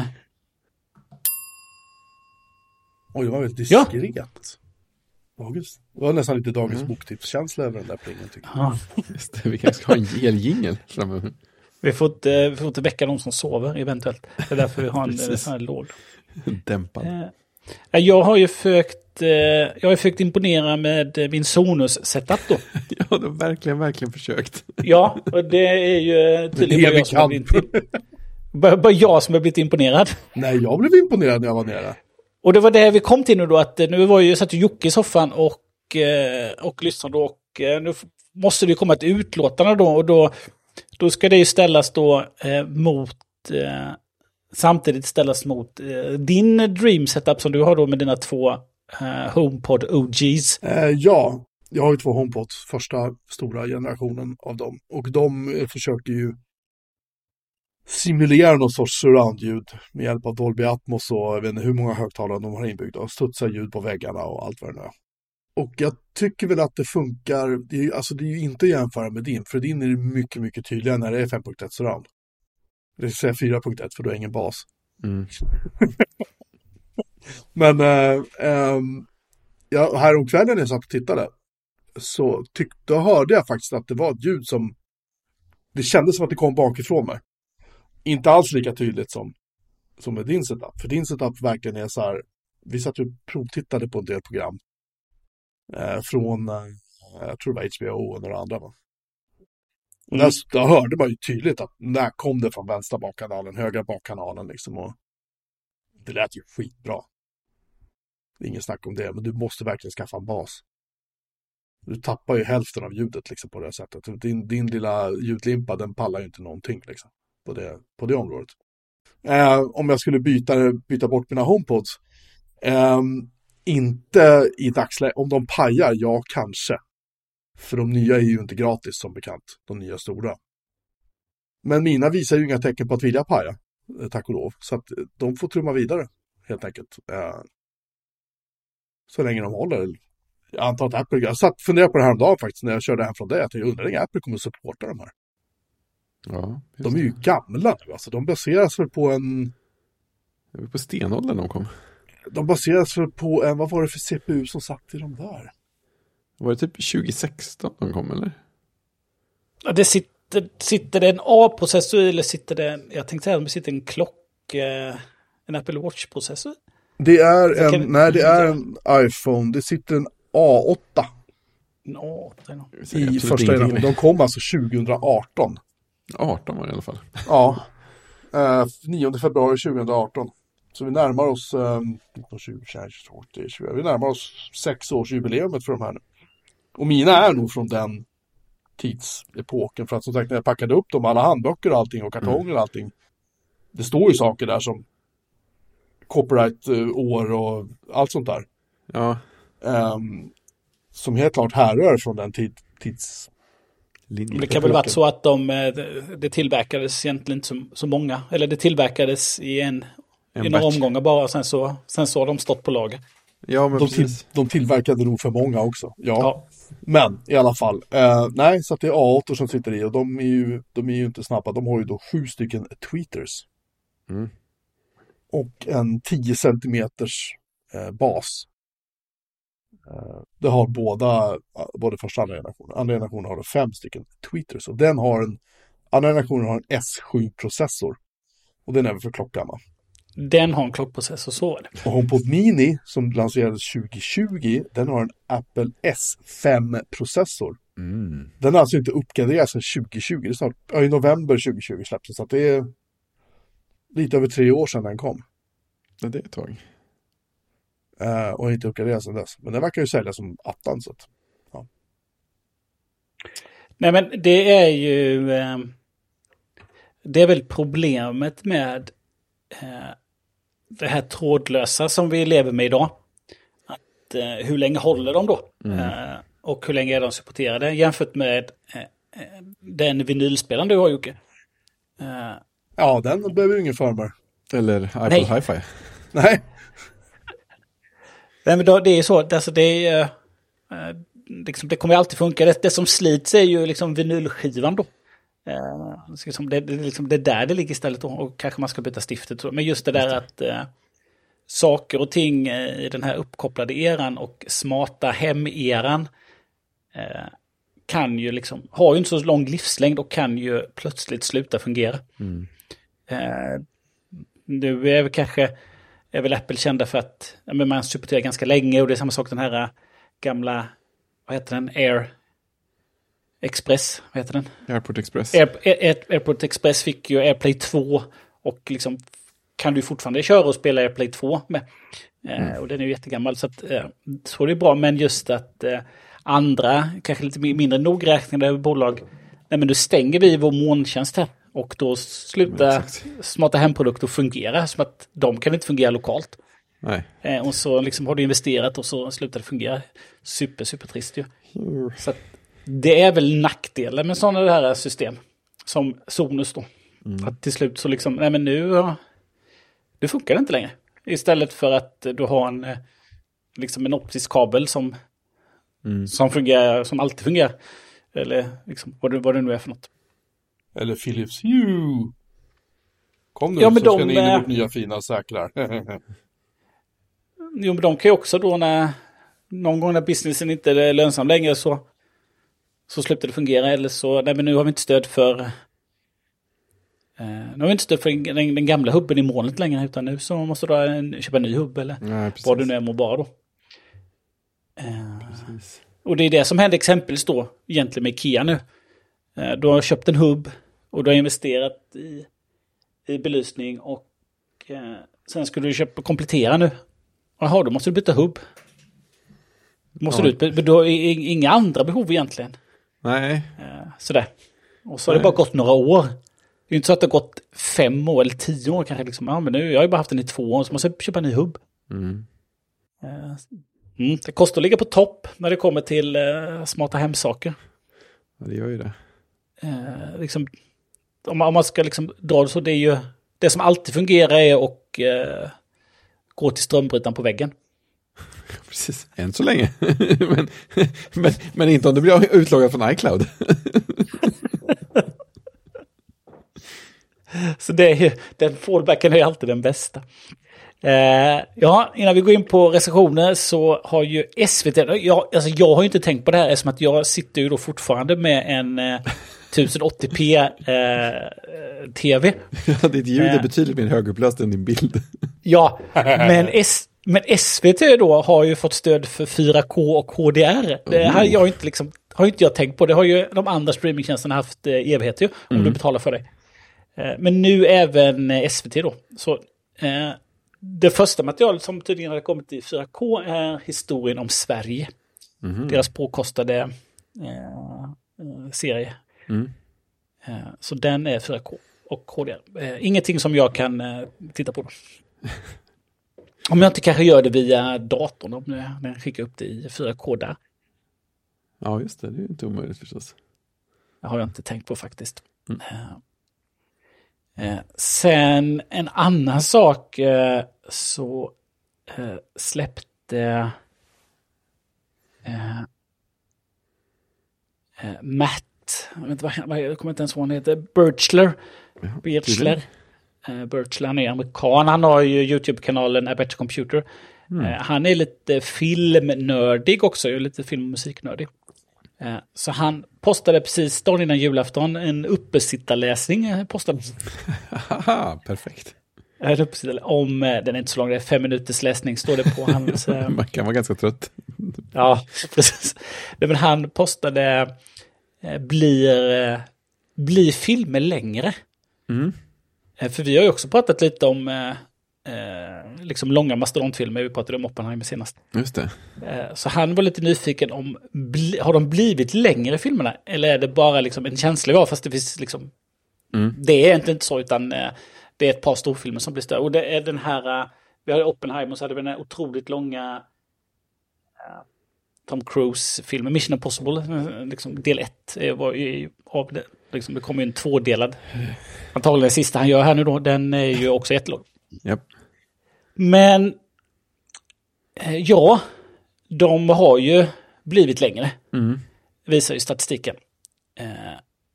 Oj, det var väldigt diskret. Ja. Dagens. Det var nästan lite dagens mm. boktipskänsla över den där plingen, tycker jag. Ja. Just det, vi kanske ska ha en hel jingle framöver. Vi får inte, vi får inte väcka de som sover eventuellt. Det är därför vi har en sån här låd. Dämpad. Eh, jag har ju försökt, eh, jag har ju försökt imponera med min Sonos-setup då. Ja, du har verkligen, verkligen försökt. Ja, och det är ju tydligen bara jag, som har blivit, bara, bara jag som har blivit imponerad. Nej, jag blev imponerad när jag var nere. Och det var det vi kom till nu då, att nu var ju satt ju Jocke i soffan och, eh, och lyssnade då, och eh, nu måste det ju komma ett utlåtande då, och då, då ska det ju ställas då eh, mot, eh, samtidigt ställas mot eh, din Dream Setup som du har då med dina två eh, HomePod O Gs. Eh, ja, jag har ju två HomePods, första stora generationen av dem. Och de eh, försöker ju simulera någon sorts surroundljud med hjälp av Dolby Atmos och jag vet inte hur många högtalare de har inbyggda och studsar ljud på väggarna och allt vad det är. Och jag tycker väl att det funkar, det är ju, alltså det är ju inte att jämföra med din, för din är det mycket, mycket tydligare när det är fem punkt ett surround. Det vill säga fyra punkt ett för då är ingen bas. Mm. Men äh, äh, ja, här om kvällen när jag satt och tittade så tyckte, hörde jag faktiskt att det var ett ljud som det kändes som att det kom bakifrån mig. Inte alls lika tydligt som, som med din setup. För din setup verkligen är så här, vi satt ju provtittade på en del program eh, från, eh, jag tror det var H B O och några andra va. Och mm. där, där hörde man ju tydligt att när kom det från vänstra bakkanalen, högra bakkanalen liksom, och det lät ju skitbra. Det är ingen snack om det, men du måste verkligen skaffa en bas. Du tappar ju hälften av ljudet liksom, på det här sättet. Din, din lilla ljudlimpa, den pallar ju inte någonting liksom, på, det, på det området. Eh, om jag skulle byta, byta bort mina HomePods. Eh, inte i dagsläget. Om de pajar, ja kanske. För de nya är ju inte gratis som bekant. De nya stora. Men mina visar ju inga tecken på att vilja paja. Tack och lov. Så att de får trumma vidare. Helt enkelt. Eh, så länge de håller. Jag antar att Apple... Jag satt funderade på det här om dagen faktiskt. När jag körde hem från det. Att jag undrar om Apple kommer att supporta de här. Ja, de är ju gamla nu. Alltså, de baseras väl på en... Det var på stenåldern de kom. De baseras väl på en... Vad var det för C P U som satt i de där? Var det typ tjugo sexton de kom, eller? Ja, det sitter, sitter det en A-processor i, eller sitter det... Jag tänkte säga att det sitter en klock... Eh, en Apple Watch-processor. Det är en... Kan, nej, det är en iPhone. Det sitter en A åtta. En A åtta. I första generationen. De kom alltså tjugo arton. arton var det i alla fall. Ja. Eh, nionde februari tjugo arton. Så vi närmar oss... Eh, tjugo, tjugo, tjugo, vi närmar oss sex års jubileumet för de här nu. Och mina är nog från den tidsepoken. För att som sagt, när jag packade upp dem, alla handböcker och allting och kartonger och allting. Det står ju saker där som copyright-år och allt sånt där. Ja. Um, som helt klart härrör från den tid, tids... Det kan väl vara så att de, det tillverkades egentligen inte så, så många. Eller det tillverkades i en, en i några omgångar bara. Sen så, sen så har de stått på lager. Ja, men de, till, de tillverkade nog för många också. Ja. ja. Men i alla fall. Eh, nej, så att det är A åtta som sitter i. Och de är ju, de är ju inte snabba. De har ju då sju stycken tweeters. Mm. Och en tio centimeters eh, bas. Eh, det har båda, både första och andra generationen. Andra generationen har det fem stycken tweeters. Och den har en, andra generationen har en S sju-processor. Och den är väl för klockgammal. Den har en klockprocessor, så är det. Och HomePod Mini som lanserades tjugo tjugo, den har en Apple S fem-processor. Mm. Den har alltså inte uppgraderats sedan tjugo tjugo. Det är snart, ja, i november tjugo tjugo släpptes. Så att det är lite över tre år sedan den kom. Ja, det är ett tag. Uh, och inte uppgraderats sedan dess. Men den verkar ju sälja som attan. Så att, ja. Nej, men det är ju... Eh, det är väl problemet med... Eh, det här trådlösa som vi lever med idag. Att, eh, hur länge håller de då? Mm. Eh, och hur länge är de supporterade? Jämfört med eh, den vinylspelaren du har, Jocke. Eh, ja, den behöver ingen firmware. Eller iPod Hi-Fi. Nej. Nej, men då, det är så. Alltså det, är, eh, liksom, det kommer alltid funka. Det, det som slits är ju liksom vinylskivan då. Eh, det, det, liksom, det är där det ligger istället då, och kanske man ska byta stiftet. Men just det där att eh, saker och ting eh, i den här uppkopplade eran och smarta hem-eran eh, kan ju liksom, har ju inte så lång livslängd och kan ju plötsligt sluta fungera. Mm. Eh, nu är väl kanske är väl Apple kända för att ja, men man supporterar ganska länge, och det är samma sak den här gamla, vad heter den, Air Express, vad heter den? Airport Express. Air, Air, Airport Express fick ju AirPlay två, och liksom kan du fortfarande köra och spela AirPlay två med. Mm. Eh, och den är ju jättegammal, så att, eh, så det är bra, men just att eh, andra, kanske lite mindre nogräknade bolag, nej men nu stänger vi vår molntjänst här, och då slutar smarta hemprodukter fungera, som att de kan inte fungera lokalt. Nej. Eh, och så liksom har du investerat och så slutar det fungera. Super, super trist ju. Mm. Så att det är väl nackdelen med sådana här system som Sonos då. Mm. Att till slut så liksom, nej men nu, nu funkar det inte längre. Istället för att du har en, liksom en optisk kabel som, mm. som fungerar, som alltid fungerar. Eller liksom, vad det, vad det nu är för något. Eller Philips Hue. Kom nu, ja, men så de, ska ni in i vårt nya fina säkrar. Jo, men de kan ju också då, när någon gång när businessen inte är lönsam längre, så så slutar det fungera, eller så, nej men nu har vi inte stöd för eh, nu har vi inte stöd för den, den gamla hubben i molnet längre, utan nu så måste du en, köpa en ny hubb, eller nej, vad du nu är må bara då. Eh, och det är det som händer exempelvis då egentligen med Ikea nu. Eh, du har köpt en hubb och du har investerat i, i belysning, och eh, sen skulle du köpa komplettera nu. Jaha, då måste du byta hubb. Måste Ja. du ut, men du har i- inga andra behov egentligen. Nej, Eh, Sådär. Och så har det Nej. bara gått några år. Det är ju inte så att det har gått fem år eller tio år kanske. Liksom. Ja, men nu, jag har ju bara haft den i två år så måste jag köpa en ny hubb. mm. Eh, Mm, det kostar att ligga på topp när det kommer till eh, smarta hemsaker. Ja, det gör ju det. Eh, liksom, om, man, om man ska liksom dra det så, det är ju det som alltid fungerar är att eh, gå till strömbrytaren på väggen. Precis, än så länge. men, men, men inte om du blir utloggad från iCloud. Så det är ju, den fallbacken är ju alltid den bästa. Eh, ja, innan vi går in på recensioner så har ju S V T, jag, alltså jag har ju inte tänkt på det här eftersom att jag sitter ju då fortfarande med en eh, tusen åttio p eh, tv. Ja, ditt ljud är Eh. betydligt mer högupplöst än din bild. Ja, men, S, men S V T då har ju fått stöd för fyra K och H D R. Det har jag inte liksom, har inte jag tänkt på. Det har ju de andra streamingtjänsterna haft eh, evigheter ju, om Mm. du betalar för det. Eh, men nu även eh, S V T då. Så eh, det första materialet som tydligen hade kommit i fyra K är historien om Sverige. Mhm. Deras påkostade eh, eh, serie. Mm. Eh, så den är fyra K och H D R. Eh, ingenting som jag kan eh, titta på. Om jag inte kanske gör det via datorn, om jag, när jag skickar upp det i fyra K där. Ja, just det. Det är ju inte omöjligt förstås. Det har jag inte tänkt på faktiskt. Mm. Eh, eh, sen en annan sak eh, så eh, släppte eh, eh, Matt, jag, vet inte vad, vad, jag kommer inte ens ihåg vad han heter, Birchler. Ja, Birchler. Uh, Birchler, han är amerikan. Han har ju YouTube-kanalen A Better Computer. Mm. Eh, han är lite filmnördig också, lite film- och musiknördig. Eh, så han postade precis dagen innan julafton en uppesittarläsning. Eh, postade Haha, perfekt. en uppesittarlä- om, eh, den är inte så lång, det är fem minuters läsning står det på hans... Eh, Man kan vara ganska trött. ja, precis. Nej, men han postade eh, blir, eh, blir filmer längre? Mm. Eh, för vi har ju också pratat lite om eh, eh, liksom långa mastodontfilmer. Vi pratade om Oppenheimer senast. Just det. Eh, så han var lite nyfiken om, bli, har de blivit längre filmerna? Eller är det bara liksom en känsla av, fast det finns liksom, Mm. det är egentligen inte så, utan eh, det är ett par storfilmer som blir större. Och det är den här, eh, vi hade Oppenheimer och så hade vi den här otroligt långa eh, Tom Cruise-filmen, Mission Impossible, eh, liksom del ett eh, var ju av det. Liksom, det kommer ju en tvådelad. Antagligen den sista han gör här nu då, den är ju också jättelång. Japp. Men eh, ja, de har ju blivit längre. Mm. Visar ju statistiken. Eh,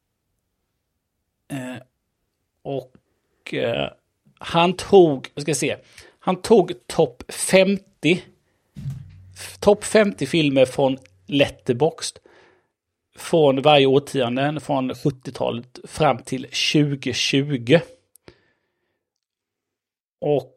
eh, och eh, han tog, vad ska jag se, han tog topp femtio topp femtio filmer från Letterboxd från varje årtionde, från sjuttiotalet fram till tjugo tjugo. Och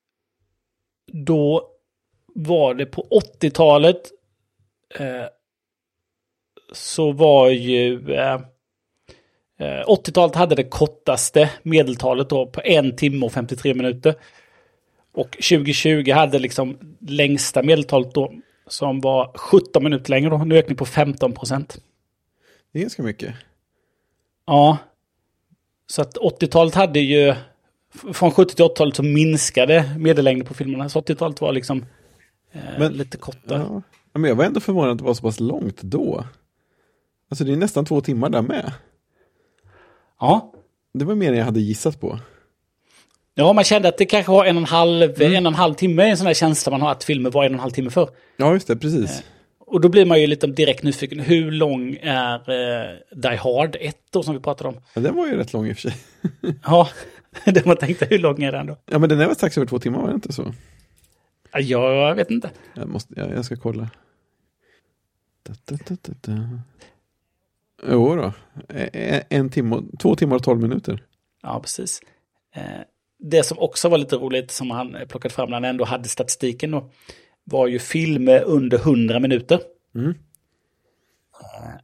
då var det på åttiotalet eh, så var ju eh, eh, åttiotalet hade det kortaste medeltalet då på en timme och femtiotre minuter. Och tjugo tjugo hade liksom längsta medeltalet då som var sjutton minuter längre då. En ökning på femton procent. Det är ganska mycket. Ja. Så att åttiotalet hade ju, från sjuttio till åttiotalet så minskade medellängden på filmerna. Så åttiotalet var liksom eh, Men- lite kortare. Ja. Ja, men jag var ändå förvånad att det var så pass långt då. Alltså det är nästan två timmar där med. Ja. Det var mer än jag hade gissat på. Ja, man kände att det kanske var en och en halv, mm. en och en halv timme, en sån här känsla man har att filmer var en och en halv timme för. Ja, just det, precis. Och då blir man ju lite direkt nyfiken. Hur lång är eh, Die Hard ett då som vi pratade om? Ja, den var ju rätt lång i och för sig. Ja, det man tänkte, hur lång är den då? Ja, men den är väl strax över två timmar, var det inte så? Ja, jag vet inte. Jag, måste, jag, jag ska kolla. Da, da, da, da, da. Jo då. En, en timme, två timmar och tolv minuter. Ja, precis. Eh, det som också var lite roligt som han plockade fram när han ändå hade statistiken då, var ju filmer under hundra minuter. Mm. Eh,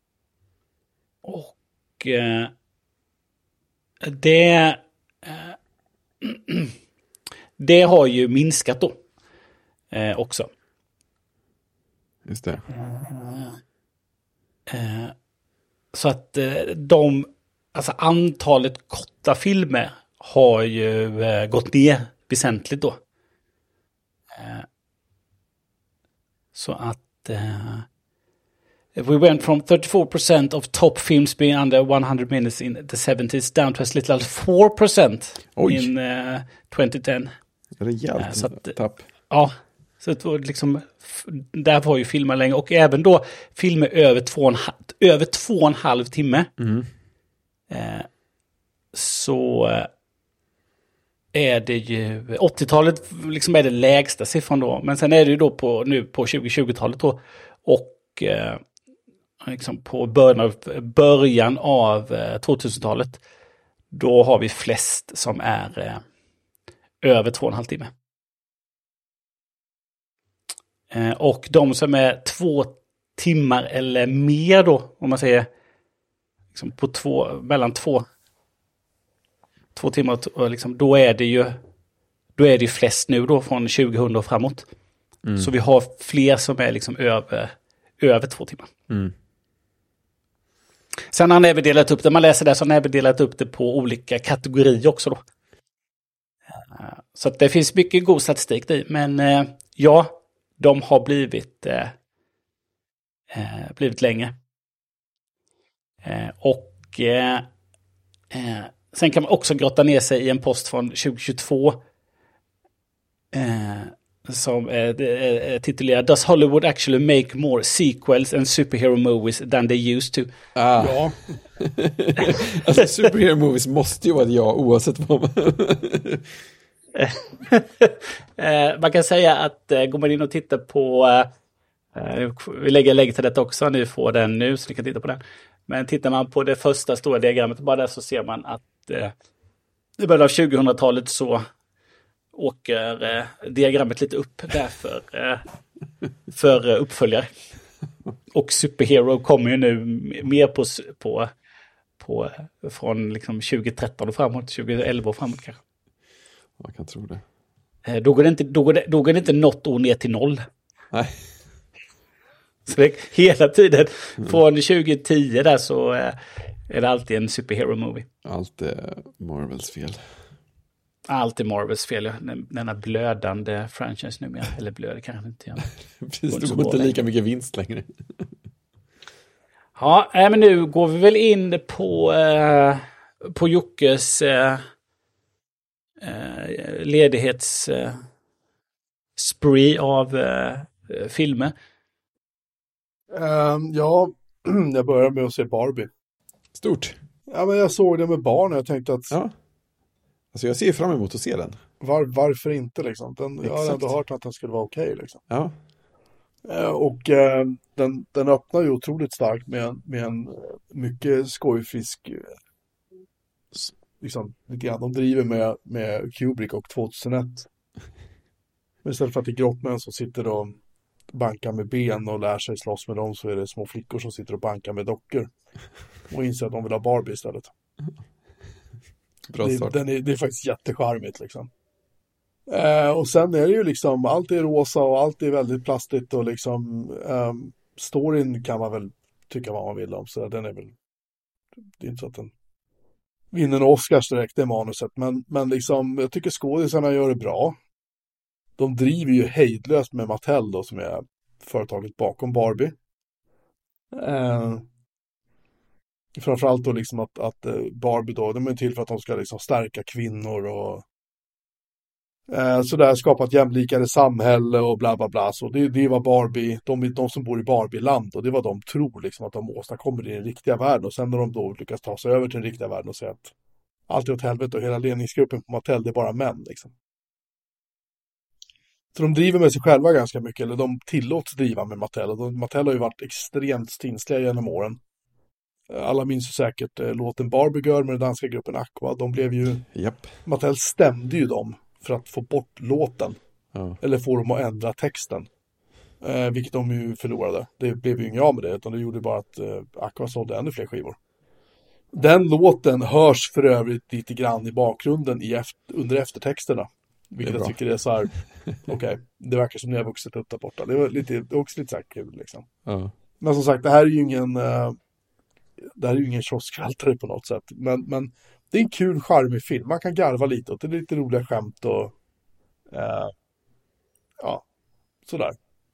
och eh, det eh, det har ju minskat då eh, också. Just det. Eh, så att eh, de, alltså antalet korta filmer har ju eh, gått ner väsentligt då. Eh, så att eh, we went from thirty-four percent of top films being under one hundred minutes in the seventies down to as little as four percent in uh, twenty ten. Rejält uh, så att, tapp. Ja, så det var liksom, där var ju filmer länge. Och även då filmer över två och en, över två och en halv timme. Mm. Eh, så är det ju, åttiotalet liksom är det lägsta siffran då. Men sen är det ju då på, nu på tjugo-tjugotalet då. Och eh, liksom på början av, början av eh, tvåtusentalet. Då har vi flest som är eh, över två och en halv timme. Eh, och de som är två timmar eller mer då, om man säger liksom på två, mellan två två timmar och liksom, då är det ju då är det ju flest nu då från tjugohundra och framåt. Mm. Så vi har fler som är liksom över över två timmar. Mm. Sen har vi delat upp det, man läser det, så har vi delat upp det på olika kategorier också då. Så att det finns mycket god statistik i, men eh, ja, de har blivit eh, eh, blivit längre. Eh, och eh, eh, sen kan man också grotta ner sig i en post från tjugohundratjugotvå eh, som är eh, titulerad Does Hollywood actually make more sequels and superhero movies than they used to? Ah. Ja. Alltså superhero movies måste ju vara ett ja oavsett vad man... eh, man kan säga att eh, går man in och tittar på eh, vi lägger lägg till detta också, ni får den nu så ni kan titta på den. Men tittar man på det första stora diagrammet bara där, så ser man att eh, i början av tjugohundratalet så åker eh, diagrammet lite upp därför eh, för eh, uppföljare. Och Superhero kommer ju nu mer på, på, på från liksom tjugohundratretton och framåt, tjugoelva och framåt kanske. Man kan tro det. Eh, då går det inte, då går det, då går det inte något år ner till noll. Nej. Så det, hela tiden från tjugohundratio där så eh, är det alltid en superhero-movie. Allt är Marvels fel. Allt är Marvels fel. Denna blödande franchise numera. Eller blöd kanske inte. Ja. Precis, det går inte lika mycket vinst längre. Ja, äh, men nu går vi väl in på, eh, på Jockes eh, eh, ledighets eh, spree av eh, filmer. Um, ja, jag börjar med att se Barbie. Stort. Ja, men jag såg det med barn och jag tänkte att... Ja. Alltså jag ser fram emot att se den. Var, varför inte liksom? Den, jag har ändå hört att den skulle vara okej okay, liksom. Ja. Uh, och uh, den, den öppnar ju otroligt starkt med, med en mycket skojfisk... Uh, liksom, lite grann. De driver med, med Kubrick och tvåtusenett. Men istället för att det är grottmän som sitter och bankar med ben och lär sig slåss med dem, så är det små flickor som sitter och bankar med dockor och inser att de vill ha Barbie istället. Bra start. Det, den är, det är faktiskt jättecharmigt liksom. Eh, och sen är det ju liksom, allt är rosa och allt är väldigt plastigt och liksom um, storyn kan man väl tycka vad man vill om, så den är väl, det är inte så att den vinner en Oscars direkt, det manuset, men, men liksom, jag tycker skådisarna gör det bra. De driver ju hejdlöst med Mattel då, som är företaget bakom Barbie. Eh, framförallt då liksom att, att Barbie då, de är till för att de ska liksom stärka kvinnor och eh, sådär, skapa ett jämlikare samhälle och bla bla bla. Så det, det var Barbie, de, de som bor i Barbie-land, och det var de tror liksom att de åstadkommer i den riktiga världen. Och sen när de då lyckas ta sig över till den riktiga världen och säga att allt är åt helvete och hela ledningsgruppen på Mattel, det är bara män liksom. Så de driver med sig själva ganska mycket, eller de tillåts driva med Mattel. Och de, Mattel har ju varit extremt stinsliga genom åren. Alla minns ju säkert eh, låten Barbie Girl med den danska gruppen Aqua. De blev ju... Japp. Mattel stämde ju dem för att få bort låten. Ja. Eller få dem att ändra texten. Eh, vilket de ju förlorade. Det blev ju inget av med det, utan det gjorde bara att eh, Aqua sålde ännu fler skivor. Den låten hörs för övrigt lite grann i bakgrunden i efter, under eftertexterna. Vilket Det är jag bra. tycker är så här, okej, okay, det verkar som ni har vuxit upp där borta. Det var lite, det är också lite så här kul liksom. Ja. Men som sagt, det här är ju ingen, uh, det här är ju ingen kioskvältare på något sätt. Men, men det är en kul, charmig film. Man kan garva lite och det är lite roliga skämt och uh, ja, sådär.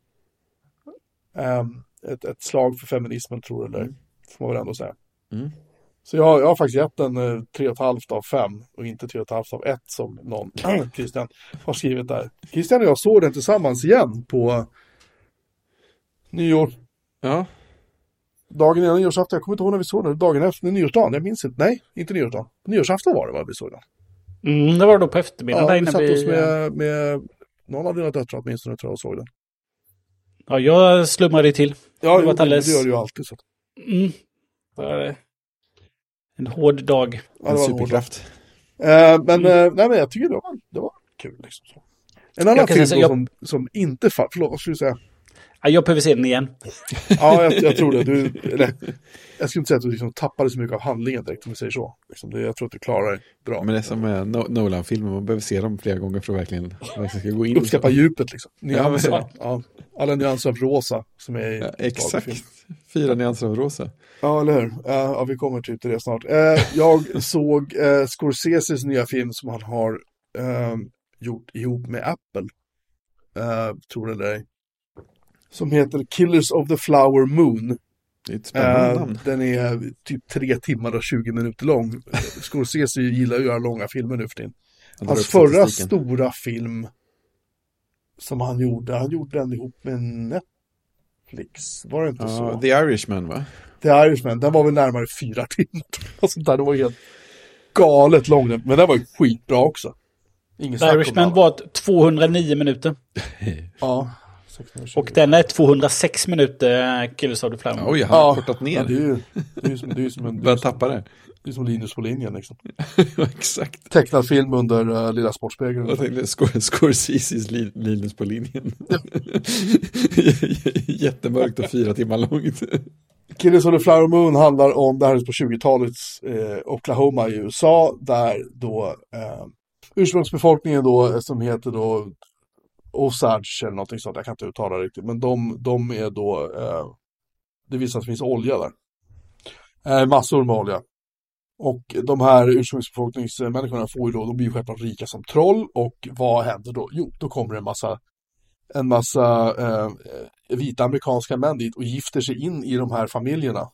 Um, ett, ett slag för feminismen, tror jag, eller Mm. får man väl ändå säga. Mm. Så jag, jag har faktiskt gett en uh, tre och ett halvt av fem och inte tre och ett halvt av ett som någon Christian har skrivit där. Christian och jag såg den tillsammans igen på nyår. Ja. Dagen innan nyårsafton, jag kommer inte ihåg när vi såg den, dagen efter nyårsdagen, jag minns inte, nej, inte nyårsdagen. Nyårsafton var det vad vi såg den. Mm, det var då på eftermiddagen. Ja, där vi innan satt vi, oss med, med någon av dina döttrar åtminstone, tror jag, och såg den. Ja, jag slumrade till. Ja, det var jo, alldeles... det gör du ju alltid. Så. Mm. Det var en hård dag. Ja, det En var superkraft. Eh, men, Mm. eh, nej, men jag tycker det var, det var kul. Liksom, så. En annan Jag kan film säga- då, jag- som, som inte fall, förlåt, vad skulle du säga? Ja, jag behöver se den igen. Ja, jag, jag tror det. Du, eller, jag skulle inte säga att du liksom tappade så mycket av handlingen direkt, om vi säger så. Liksom, det, jag tror att du klarar dig bra. Men det är som med No- Nolan-filmer, man behöver se dem flera gånger för att verkligen, verkligen ska gå in. Uppskappa djupet liksom. Nyanser. Ja, Ja, alla nyanser av rosa som är i Ja, film. exakt. Fyra nyanser av rosa. Ja, eller hur? Uh, ja, vi kommer typ till det snart. Uh, jag såg uh, Scorseses nya film som han har uh, gjort ihop med Apple. Uh, tror det eller ej. Som heter Killers of the Flower Moon. Det är ett spännande Uh, namn. den är typ tre timmar och tjugo minuter lång. Scorsese gillar att göra långa filmer nu för tiden. Han drar Hans upp förra statistiken. stora film som han gjorde, han gjorde den ihop med Netflix. Var det inte Ja, så? The Irishman, va? The Irishman, den var väl närmare fyra timmar. Alltså, där, det var helt galet lång. Men den var ju skitbra också. Ingen The snack om Irishman det. var tvåhundranio minuter. Ja. sexhundratjugo. Och den är tvåhundrasex minuter, Killers of the Flower Moon. Oj, han har Ja, kortat ja, ner. det är ju, det är ju som, det är ju som en... Börjar tappa det. Det är som Linus på linjen liksom. Exakt. Tecknad film under uh, Lilla Sportspegeln. Jag tänkte Scor- Scorseses li- Linus på linjen. Jättemörkt och fyra timmar långt. Killers of the Flower Moon handlar om, det här är på tjugotalets eh, Oklahoma i U S A, där då eh, ursprungsbefolkningen då, som heter då Osage eller någonting sånt, jag kan inte uttala det riktigt, men de, de är då, eh, det visar att det finns olja där. Eh, massor med olja. Och de här ursprungsbefolkningsmänniskorna får ju då, de blir ju självklart rika som troll, och vad händer då? Jo, då kommer det en massa en massa eh, vita amerikanska män dit och gifter sig in i de här familjerna.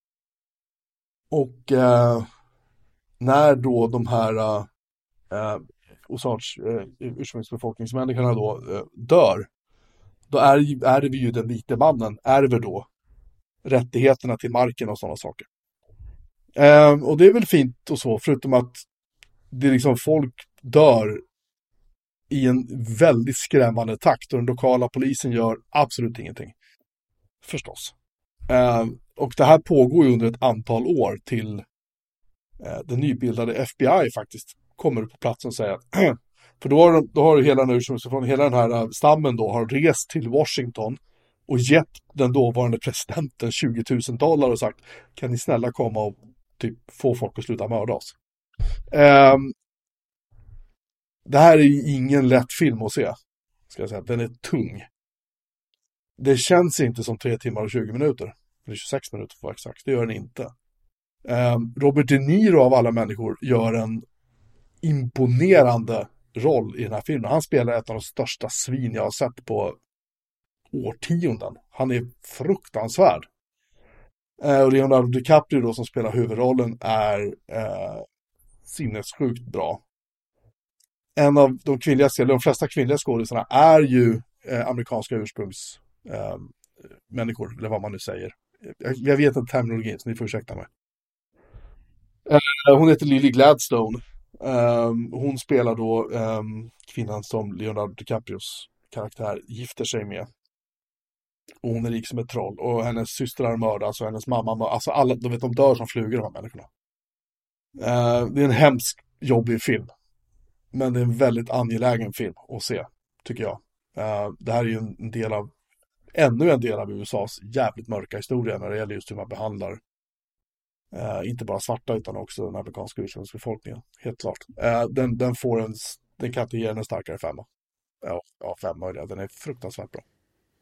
Och eh, när då de här eh, Osage eh, ursprungsbefolkningsmänniskorna då eh, dör, då är, är det ju den vita mannen ärver då rättigheterna till marken och sådana saker. Eh, och det är väl fint och så, förutom att det är liksom folk dör i en väldigt skrämmande takt och den lokala polisen gör absolut ingenting. Förstås. Eh, och det här pågår ju under ett antal år till eh, den nybildade F B I faktiskt kommer på platsen och säger att för då har, då har hela den, här, hela den här stammen då har rest till Washington och gett den dåvarande presidenten tjugo tusen dollar och sagt, kan ni snälla komma och typ få folk att sluta mörda oss. Eh, Det här är ju ingen lätt film att se. Ska jag säga. Den är tung. Det känns inte som tre timmar och tjugo minuter. Eller tjugosex minuter för att vara exakt. Det gör den inte. Um, Robert De Niro av alla människor gör en imponerande roll i den här filmen. Han spelar ett av de största svin jag har sett på årtionden. Han är fruktansvärd. Uh, och Leonardo DiCaprio då, som spelar huvudrollen, är uh, sinnessjukt bra. En av de kvinnliga, eller de flesta kvinnliga skådespelarna är ju eh, amerikanska ursprungs eh, människor, eller vad man nu säger. Jag, jag vet inte terminologin, så ni får ursäkta mig. Eh, hon heter Lily Gladstone. Eh, hon spelar då eh, kvinnan som Leonardo DiCaprios karaktär gifter sig med. Och hon är rik som ett troll. Och hennes systrar mördas och hennes mamma mördas. Alltså alla, de vet, de dör som flugor, de här människorna. Eh, det är en hemsk, jobbig film. Men det är en väldigt angelägen film att se, tycker jag. Uh, det här är ju en del av, ännu en del av U S A:s jävligt mörka historia när det gäller just hur man behandlar uh, inte bara svarta utan också den amerikanska ursprungsbefolkningen. Helt klart. Uh, den, den får en, den kan inte ge en starkare femma. Ja, ja femma är det. Den är fruktansvärt bra.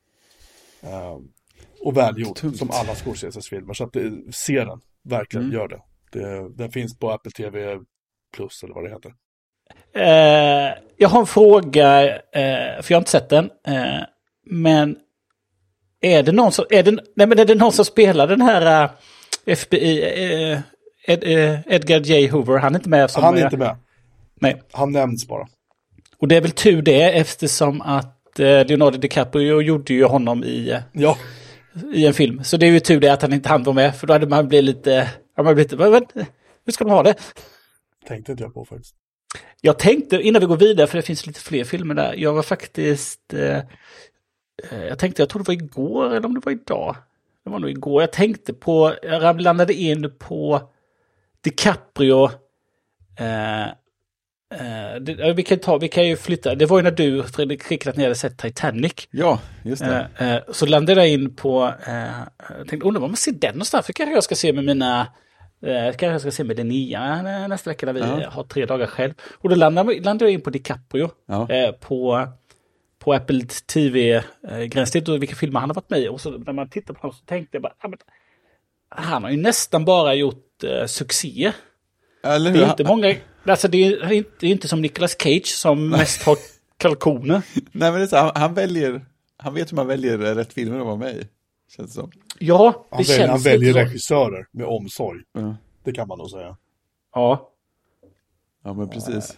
Uh, och välgjord, Tungt. som alla Scorsese-filmer. Så att det, se den, verkligen, Mm. gör det. det. Den finns på Apple T V Plus eller vad det heter. Eh, jag har en fråga, eh, för jag har inte sett den. Eh, men är det någon som, är det, nej, men är det någon som spelar den här uh, F B I, uh, Ed, uh, Edgar J. Hoover? Han är inte med. Som, Han är inte med. Nej. Han nämns bara. Och det är väl tur det, eftersom att uh, Leonardo DiCaprio gjorde ju honom i, uh, Ja. i en film. Så det är ju tur det att han inte hann vara med, för då hade man blivit lite, ja, man blivit, vad, vad, hur ska de ha det? Tänkte inte jag på faktiskt. Jag tänkte, innan vi går vidare, för det finns lite fler filmer där, jag var faktiskt, eh, jag tänkte, jag tror det var igår eller om det var idag. Det var nog igår. Jag tänkte på, jag landade in på DiCaprio. Eh, eh, det, vi, kan ta, vi kan ju flytta, det var ju när du, Fredrik, skickade att ni hade sett Titanic. Ja, just det. Eh, eh, så landade jag in på, eh, jag tänkte, undrar vad man ser den någonstans, för kanske jag ska se med mina... Eh, kanske jag ska se med Linnea nästa vecka när vi Ja. har tre dagar själv. Och då landade, landade jag in på DiCaprio Ja. eh, på, på Apple T V-gränssnitt och vilka filmer han har varit med i. Och så när man tittar på honom så tänkte jag bara, ah, men, han har ju nästan bara gjort eh, succé. Eller Det hur? är inte många, alltså det är inte, det är inte som Nicolas Cage som mest har kalkoner. Nej, men det är så, han, han väljer, han vet hur man väljer rätt filmer att vara med i. Känns det som. Ja, det Han, känns väljer, han lite väljer så. regissörer med omsorg. Ja, Det kan man nog säga. Ja. ja men precis.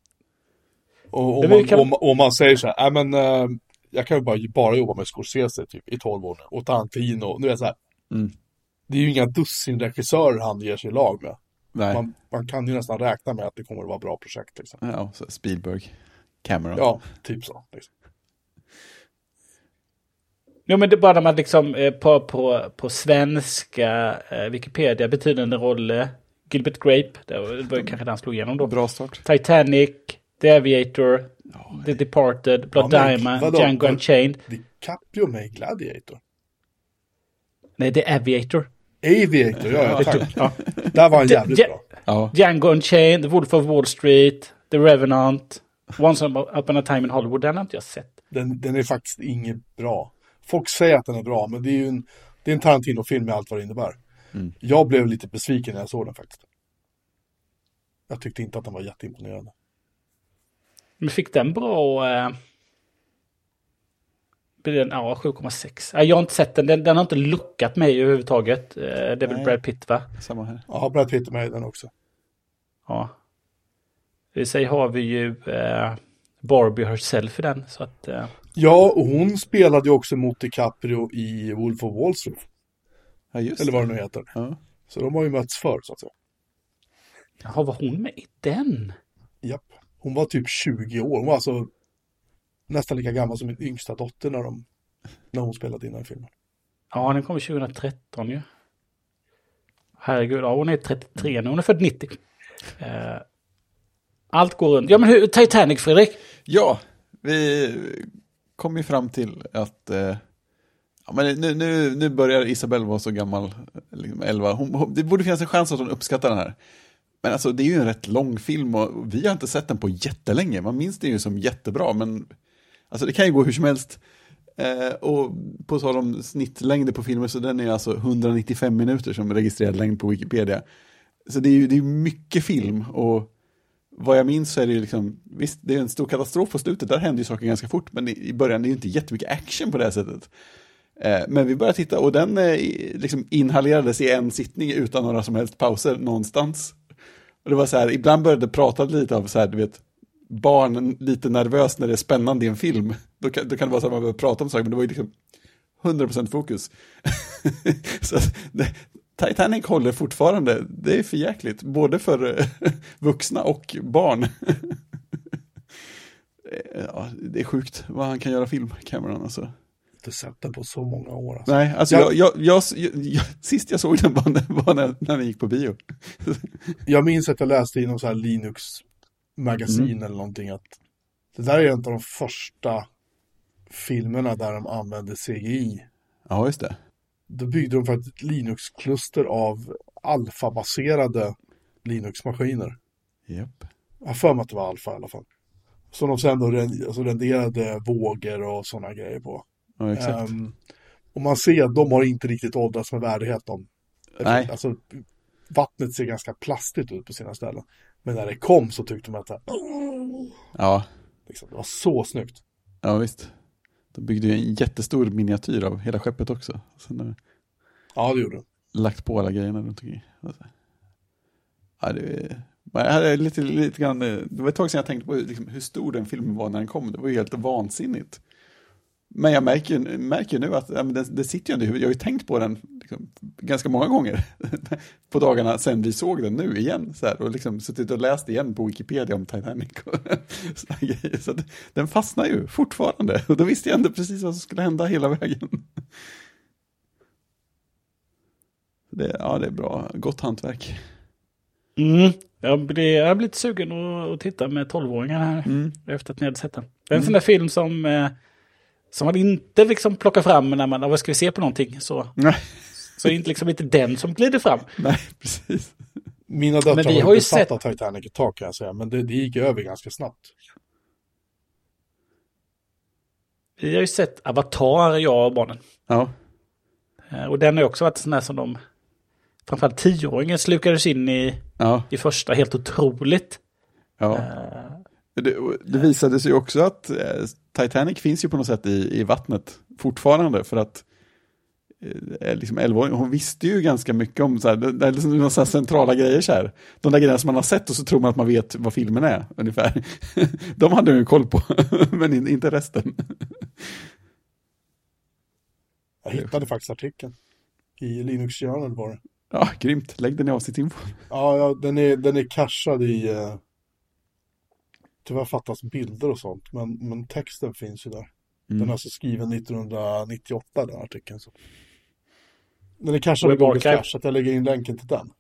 Och om Det man, vi kan- om, om man säger så här, nej men äh, jag kan ju bara, bara jobba med Scorsese typ, i tolv år nu. Och Tarantino, nu är det så här. Mm. Det är ju inga dussin regissörer han ger sig i lag med. Nej. Man, man kan ju nästan räkna med att det kommer att vara bra projekt. Liksom. Ja, så Spielberg, Cameron. Ja, typ så. Liksom. Jo, men det är bara när man liksom eh, på, på, på svenska eh, Wikipedia betydande roll eh, Gilbert Grape, det var, det var ju kanske den han slog igenom då. Bra start. Titanic, The Aviator, The Departed, Blood Ja, men Diamond, vadå? Django Vad- Unchained. DiCaprio med i Gladiator. Nej, The Aviator. Aviator, ja, ja, Det tack. tog- ja. Där var han Ja, jävligt ja. bra. Ja, Django Unchained, The Wolf of Wall Street, The Revenant, Once Upon a Time in Hollywood, den har inte jag sett. Den, den är faktiskt inget bra. Folk säger att den är bra, men det är ju en, det är en Tarantino-film med allt vad det innebär. Mm. Jag blev lite besviken när jag såg den faktiskt. Jag tyckte inte att den var jätteimponerande. Men fick den bra... Eh, blir den, ja, sju komma sex. Jag har inte sett den. den. Den har inte lookat mig överhuvudtaget. Eh, Det är väl Nej. Brad Pitt, va? samma här. Ja, Brad Pitt är med i den också. Ja. I sig har vi ju eh, Barbie herself i den. Så att, eh, Ja, och hon spelade ju också mot DiCaprio i Wolf of Wall Street. Ja, just Eller vad det nu heter. Ja. Så de har ju mötts förr, så att säga. jaha, var hon med i den? Japp. Hon var typ tjugo år. Hon var alltså nästan lika gammal som min yngsta dotter när, de, när hon spelade in den här filmen. Ja, den kom tjugohundratretton ju. Herregud, ja, hon är trettiotre nu. Hon är född nittio. Eh, allt går runt. Ja, men hur, Titanic, Fredrik? Ja, vi kom ju fram till att eh, ja, men nu, nu, nu börjar Isabelle vara så gammal, liksom elva. Hon, hon, det borde finnas en chans att hon uppskattar den här. Men alltså det är ju en rätt lång film och vi har inte sett den på jättelänge. Man minns det ju som jättebra, men alltså det kan ju gå hur som helst. Eh, och på tal om snittlängder på filmer, så den är alltså etthundranittiofem minuter som registrerad längd på Wikipedia. Så det är ju det är mycket film, och vad jag minns så är det ju liksom, visst det är en stor katastrof på slutet, där händer ju saker ganska fort, men i början är det ju inte jättemycket action på det här sättet. Eh, men vi började titta och den eh, liksom inhalerades i en sittning utan några som helst pauser någonstans. Och det var så här, ibland började det prata lite av så här, du vet, barn lite nervös när det är spännande i en film. Då kan, då kan det vara så att man börjar prata om saker, men det var ju liksom hundra procent fokus. Så det, Titanic håller fortfarande, det är för jäkligt, både för uh, vuxna och barn. Ja, det är sjukt vad han kan göra film, Cameron, alltså. Inte sett den på så många år. Alltså. Nej, alltså Jag- jag, jag, jag, jag, sist jag såg den var, när- var när, när vi gick på bio. Jag minns att jag läste i någon så här Linux-magasin Mm. eller någonting att det där är en av de första filmerna där de använde C G I. Ja, just det. Då byggde de för ett Linux-kluster av alfa-baserade Linux-maskiner. Japp. Jag har för mig att det var alfa i alla fall. som de sen då rend, alltså renderade vågor och sådana grejer på. Ja, exakt. Um, och man ser att de har inte riktigt åldrats med värdighet. De, Nej. Alltså, vattnet ser ganska plastigt ut på sina ställen. Men när det kom så tyckte man att det, Ja. liksom, det var så snyggt. Ja, visst. De byggde ju en jättestor miniatyr av hela skeppet också. Sen har Ja, det gjorde de. lagt på alla grejerna runt omkring. Ja, det är... Jag hade lite, lite grann, det var ett tag sedan jag tänkte på liksom, hur stor den filmen var när den kom. Det var ju helt vansinnigt. Men jag märker, märker nu att ja, men det, det sitter ju ändå i huvudet. Jag har ju tänkt på den liksom, ganska många gånger på dagarna sen vi såg den nu igen. Så här, och liksom suttit och läst igen på Wikipedia om Titanic. Och så att, den fastnar ju fortfarande. Och då visste jag ändå precis vad som skulle hända hela vägen. Det, ja, det är bra. Gott hantverk. Mm. Jag blir, jag blir lite sugen att, att titta med tolvåringar här Mm. efter att ni hade sett den. Det är en sån där film som, eh, som man inte liksom plockar fram när man, vad ska vi se på någonting? Så, Nej. så är det inte, liksom inte den som glider fram. Nej, precis. Mina döttrar Men vi var har ju besatta sett- av Titanic ett tag kan jag säga. Men det, det gick över ganska snabbt. Vi har ju sett Avatar, jag och barnen. Ja. Eh, Och den har ju också varit sån där som de, framförallt tioåringen slukades in i, Ja. i första, helt otroligt. Ja. Eh, Det, det visade sig också att eh, Titanic finns ju på något sätt i, i vattnet fortfarande för att eh, liksom elvaåringen, hon visste ju ganska mycket om så här, det, det är liksom några så här centrala grejer så här. De där grejerna som man har sett och så tror man att man vet vad filmen är ungefär. De hade ju koll på, men in, inte resten. Jag hittade faktiskt artikeln. I Linux Journal var det. Ja, grymt. Lägg den i avsnittsinfo. Ja, ja den, är, den är cashad i... Uh, tyvärr fattas bilder och sånt. Men, men texten finns ju där. Mm. Den är alltså skriven nittonhundranittioåtta, den artikeln. Så. Den är cashad i Web Google Archive. Cache, så att jag lägger in länken till den.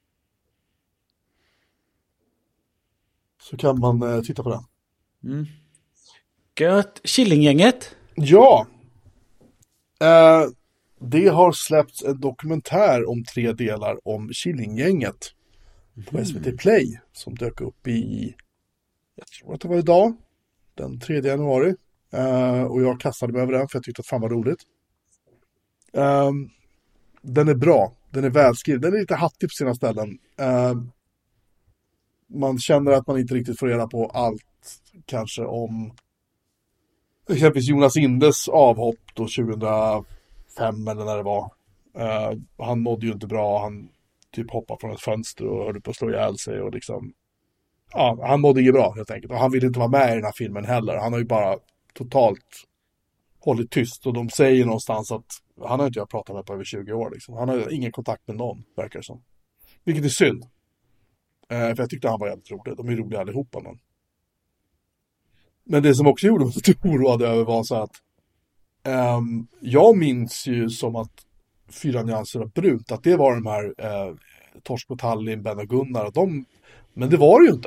Så kan man uh, titta på den. Mm. Gött. Killinggänget. Ja! Uh, det har släppts en dokumentär om tre delar om Killinggänget på S V T Play som dök upp i, jag tror att det var idag, den tredje januari. Uh, och jag kastade mig över den för jag tyckte att fan var roligt. Um, den är bra, den är välskriven, den är lite hattig på sina ställen. Uh, man känner att man inte riktigt får reda på allt kanske om exempelvis Jonas Indes avhopp då tjugohundrafem eller när det var. Uh, han mådde ju inte bra, han typ hoppade från ett fönster och höll på att slå ihjäl sig och liksom, ja, han mådde inte bra helt enkelt. Och han ville inte vara med i den här filmen heller. Han har ju bara totalt hållit tyst och de säger någonstans att han har inte jag pratat med på över tjugo år liksom. Han har ingen kontakt med någon, verkar det som. Vilket är synd. Uh, för jag tyckte han var jävligt rolig. De är roliga allihopa, men Men det som också gjorde mig lite oroad över var så att um, jag minns ju som att Fyra nyanser av brunt, att det var de här uh, Torsk på Tallinn, Ben och Gunnar och de, men det var det ju inte.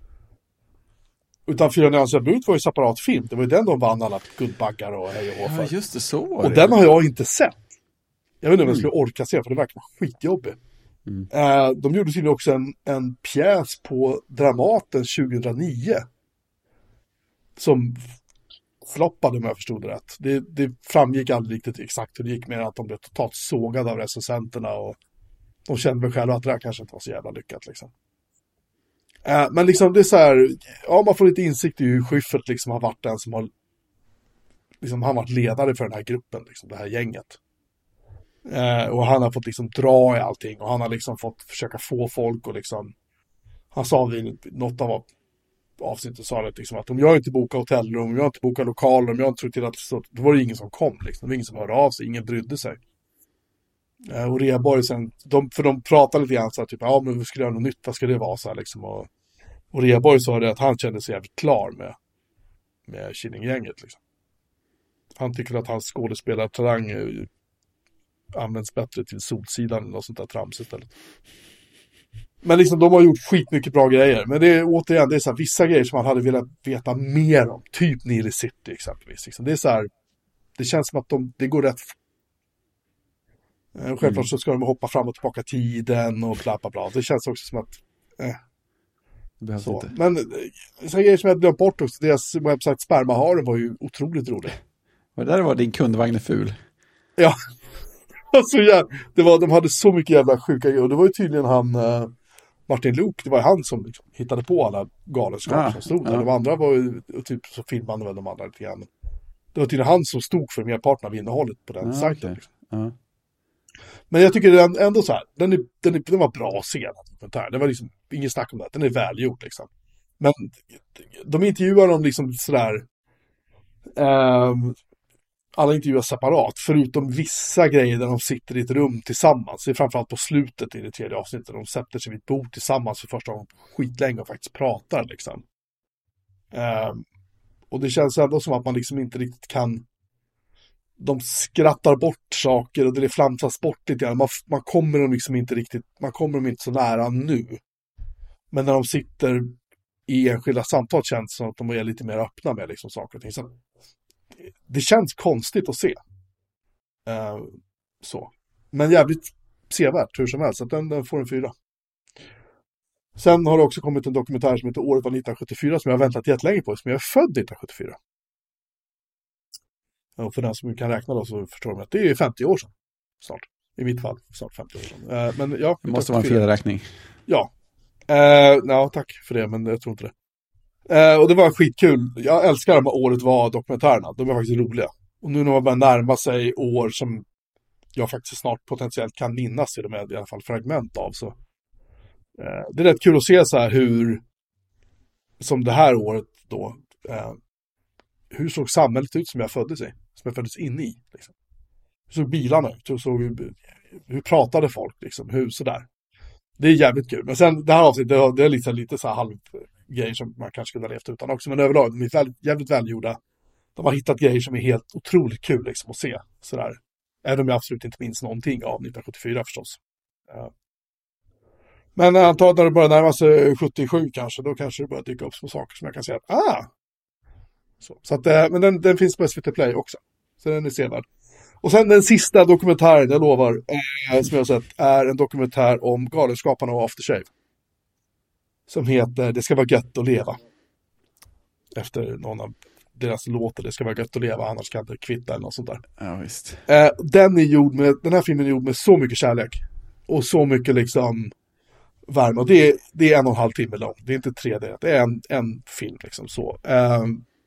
Utan Fyra nyanser av brunt var ju separat film. Det var ju den de vann alla Guldbaggar och hej och hå för. Ja, just det, så var Och det. den har jag inte sett. Jag vet inte om jag skulle orka se, för det verkar skitjobbig. Mm. Uh, de gjorde tydligen också en, en pjäs på Dramaten tjugohundranio. Som floppade, om jag förstod det rätt. Det, det framgick aldrig riktigt exakt hur det gick, med att de blev totalt sågade av recensenterna och de kände väl själva att det där kanske inte var så jävla lyckat liksom. Uh, men liksom det är så här, ja, man får lite insikt i hur Schyffert liksom har varit den som har liksom, han har varit ledare för den här gruppen, liksom, det här gänget. Uh, och han har fått liksom dra i allting och han har liksom fått försöka få folk och liksom, han sa vid något av avsnittet sa det liksom att om jag inte bokar hotellrum, om jag inte bokar lokaler, om jag inte tror till att så, då var det ingen som kom liksom. Det var ingen som hörde av sig, ingen brydde sig. Uh, och Rheborg sen, de, för de pratade lite grann så här, typ, ja men vi skulle göra något nytt, vad ska det vara så här liksom. Och, och Rheborg sa det att han kände sig jävligt klar med med Killinggänget liksom. Han tycker att hans skådespelartalang uh, används bättre till Solsidan eller något sånt där trams istället. Men liksom de har gjort skitmycket bra grejer. Men det är återigen, det är så här, vissa grejer som man hade velat veta mer om. Typ Nile City exempelvis. Liksom. Det är så här, det känns som att de, det går rätt. Eh, självklart så ska de hoppa fram och tillbaka tiden och bla bla bla. Det känns också som att eh, Det behövs Så. inte. Men så grejer som jag glömt bort också, deras webbsite Spermaharen var ju otroligt rolig. Och det där var din kundvagn är ful. Ja, alltså, ja, det var, de hade så mycket jävla sjuka grejer. Och det var ju tydligen han, uh, Martin Luuk, det var han som liksom hittade på alla galenskaper ah, som stod där. Ja. De andra var ju, typ så filmade väl de andra lite grann. Det var tydligen han som stod för merparten av innehållet på den ah, sajten. okay. Liksom. ah. Men jag tycker den ändå så här, den, är, den, är, den var bra scen. Det var liksom ingen snack om det, den är välgjord liksom. Men de intervjuar dem liksom sådär, um, alla intervjuar separat, förutom vissa grejer där de sitter i ett rum tillsammans. Det är framförallt på slutet i det tredje avsnittet. De sätter sig vid ett bord tillsammans för första gången skitlänge och faktiskt pratar liksom. Um, och det känns ändå som att man liksom inte riktigt kan... De skrattar bort saker och det flamsas bort lite grann. Man, man kommer dem liksom inte riktigt, man kommer dem inte så nära nu. Men när de sitter i enskilda samtal känns det som att de är lite mer öppna med liksom saker och ting. Så det känns konstigt att se. Uh, så. Men jävligt sevärt hur som helst. Så den, den får en fyra. Sen har det också kommit en dokumentär som heter Året var nittonhundrasjuttiofyra som jag har väntat jättelänge på. Som jag är född nittonhundrasjuttiofyra. Och för den som kan räkna då så förstår de att det är femtio år sedan. Snart. I mitt fall. Snart femtio år sedan. Uh, men ja. Det måste vara en felräkning. Ja. Uh, ja, tack för det, men jag tror inte det. Uh, och det var skitkul. Jag älskar de här Året var dokumentärerna. De är faktiskt roliga. Och nu när man börjar närma sig år som jag faktiskt snart potentiellt kan minnas till och med i alla fall fragment av. Så, uh, det är rätt kul att se så här hur som det här året då uh, hur såg samhället ut som jag föddes i? Som jag föddes in i. Liksom. Hur såg bilarna ut? Hur, såg, hur pratade folk? Liksom? Hur sådär. Det är jävligt kul. Men sen det här avsnittet, det, det är liksom lite så här halvgrejer som man kanske skulle ha levt utan också. Men överlag, de är väldigt, jävligt välgjorda. De har hittat grejer som är helt otroligt kul liksom, att se. Sådär. Även om jag absolut inte minns någonting av nittonhundrasjuttiofyra förstås. Ja. Men jag antar att när det börjar närma sig sjuttiosju kanske, då kanske det börjar dyka upp små saker som jag kan säga att ah! Så, så att, men den, den finns på S V T Play också. Så den är sevärd. Och sen den sista dokumentären, jag lovar, eh, som jag har sett, är en dokumentär om Galenskaparna och Aftershave. Som heter Det ska vara gött att leva. Efter någon av deras låtar, Det ska vara gött att leva, annars kan det kvitta eller något sånt där. Ja, visst. Eh, den, är gjord med, den här filmen är gjord med så mycket kärlek. Och så mycket liksom värme. Och det är, det är en och en halv timme lång. Det är inte tre D, det är en, en film liksom så. Eh,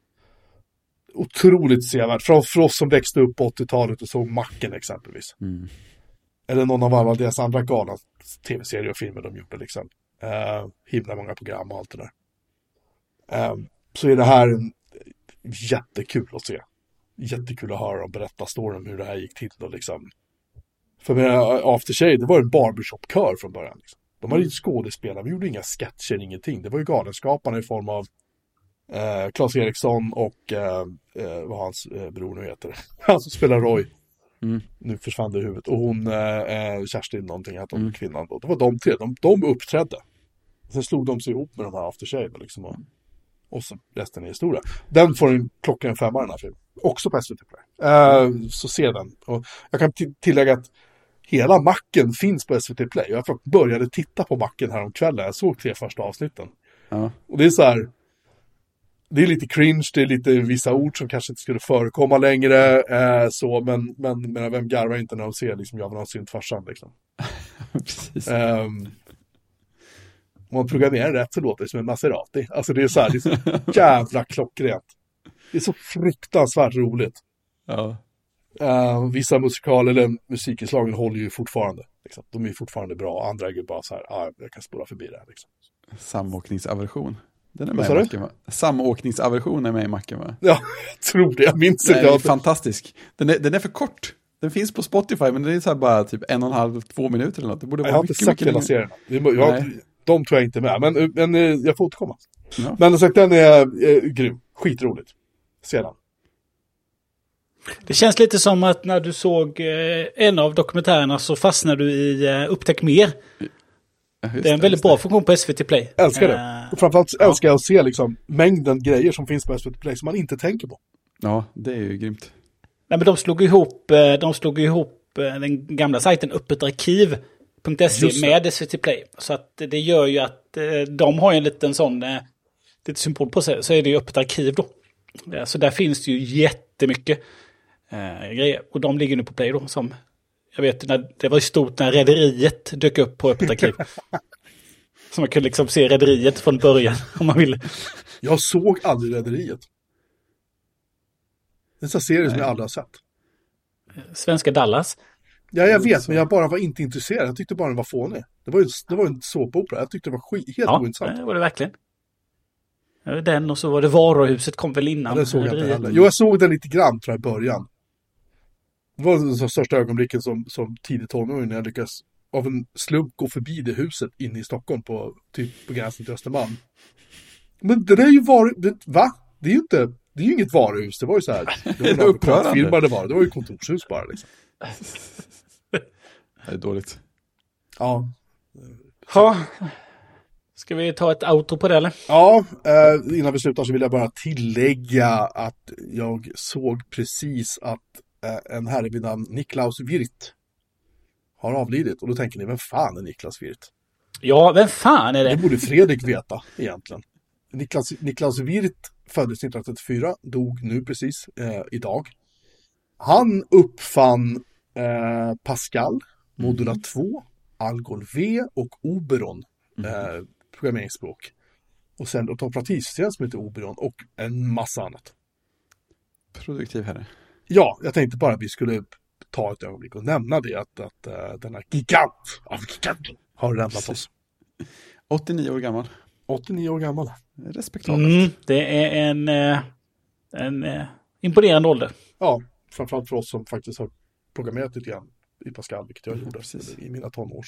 otroligt sevärt. För, för oss som växte upp på åttiotalet och såg Macken exempelvis. Mm. Eller någon av alla deras andra galna tv-serier och filmer de gjorde liksom. Uh, himla många program och allt det där. Uh, så är det här en, jättekul att se. Jättekul att höra dem berätta storyn om hur det här gick till och liksom. För med Aftershave, det var en barbershop-kör från början liksom. De hade ju skådespelare, vi gjorde inga sketcher, ingenting. Det var ju Galenskaparna i form av Eh, Claes Eriksson och eh, eh, vad hans eh, bror nu heter. Han som spelar Roy. Mm. Nu försvann det i huvudet. Och hon, eh, Kerstin någonting, att hon mm. kvinnan då. Det var de tre, de, de uppträdde. Sen slog de sig ihop med de här Aftershave liksom, och, och så resten är historia. Den får en klockan femma den här filmen. Också på S V T Play. Eh, så se den. Och jag kan t- tillägga att hela Macken finns på S V T Play. Jag började titta på Macken här om kvällen. Jag såg tre första avsnitten. Ja. Och det är så här. Det är lite cringe, det är lite vissa ord som kanske inte skulle förekomma längre, eh, så, men, men, men vem garvar inte när de ser liksom, jag vill ha synt farsan liksom. Precis. Um, om man programmerar rätt så låter det som en Maserati. Alltså det är så här, det är så jävla klockrent. Det är så fruktansvärt roligt. Ja. Uh, vissa musikaler eller musikinslagen håller ju fortfarande. Liksom. De är fortfarande bra, andra är ju bara så här, ah, jag kan spåra förbi det här. Liksom. Samåkningsaversion. Den är med i Macken, va? Samåkningsaversion är med i Macken, va? Ja, jag tror det. Jag minns inte. Den är fantastisk. Den är, den är för kort. Den finns på Spotify, men det är så här bara typ en och en halv, två minuter eller något. Det borde vara jag har mycket, inte sett hela serien. Jag, de tror jag inte med, men, men jag får återkomma. Ja. Men sagt, den är eh, grym. Skitroligt. Sedan. Det känns lite som att när du såg eh, en av dokumentärerna så fastnade du i eh, Upptäck mer. Ja, det är en väldigt bra funktion på S V T Play. Jag älskar det. Uh, och framförallt ja. älskar jag att se liksom, mängden grejer som finns på S V T Play som man inte tänker på. Ja, det är ju grymt. Nej, men de slog ihop, de slog ihop den gamla sajten Öppet arkiv .se med S V T Play. Så att det gör ju att eh, de har ju en liten sån eh, lite symbol på sig. Så är det ju öppet arkiv då. Ja, så där finns det ju jättemycket eh, grejer. Och de ligger nu på Play då. Som, jag vet, när, det var ju stort när Rederiet dök upp på öppet arkiv. Så man kunde liksom se Rederiet från början om man ville. Jag såg aldrig Rederiet. Det är en sån serie som jag aldrig har sett. Svenska Dallas. Ja, jag vet, men jag bara var inte intresserad. Jag tyckte bara den var fånig. Det var ju, det var en såpopera. Jag tyckte det var skit, helt ja, ointressant. Ja, det var det verkligen. Den och så var det Varuhuset kom väl innan. Ja, det såg jag inte heller. Jo, jag såg den lite grann tror jag i början. Det var den största ögonblicken som, som tidigt tonåring när jag lyckades av en slump gå förbi det huset inne i Stockholm på, typ på gränsen till Östermalm. Men det där är ju var... Va? Det är ju inte... Det är ju inget varuhus. Det var ju så här... Det var upprörande. Filmar det var. Det var ju kontorshus bara liksom. Det är dåligt. Ja. Ja. Ska vi ta ett outro på det eller? Ja, eh, innan vi slutar så vill jag bara tillägga att jag såg precis att eh, en herre vid namn Niklaus Wirth har avlidit. Och då tänker ni, vem fan är Niklas Wirth? Ja, vem fan är det? Det borde Fredrik veta egentligen. Niklas, Niklaus Wirth föddes nittonhundratrettiofyra, dog nu precis eh, idag. Han uppfann eh, Pascal, Modula mm. två, Algol V och Oberon eh, programmeringsspråk. Och sen ett operativsystem som heter Oberon och en massa annat. Produktiv herre. Ja, jag tänkte bara att vi skulle ta ett ögonblick och nämna det att, att uh, denna gigant av giganten har räddat oss. åttionio år gammal. åttionio år gammal. Respektabelt. Mm, det är en, en, en imponerande ålder. Ja, framförallt för oss som faktiskt har programmerat lite grann i Pascal, vilket jag mm, gjorde precis. i mina tonår.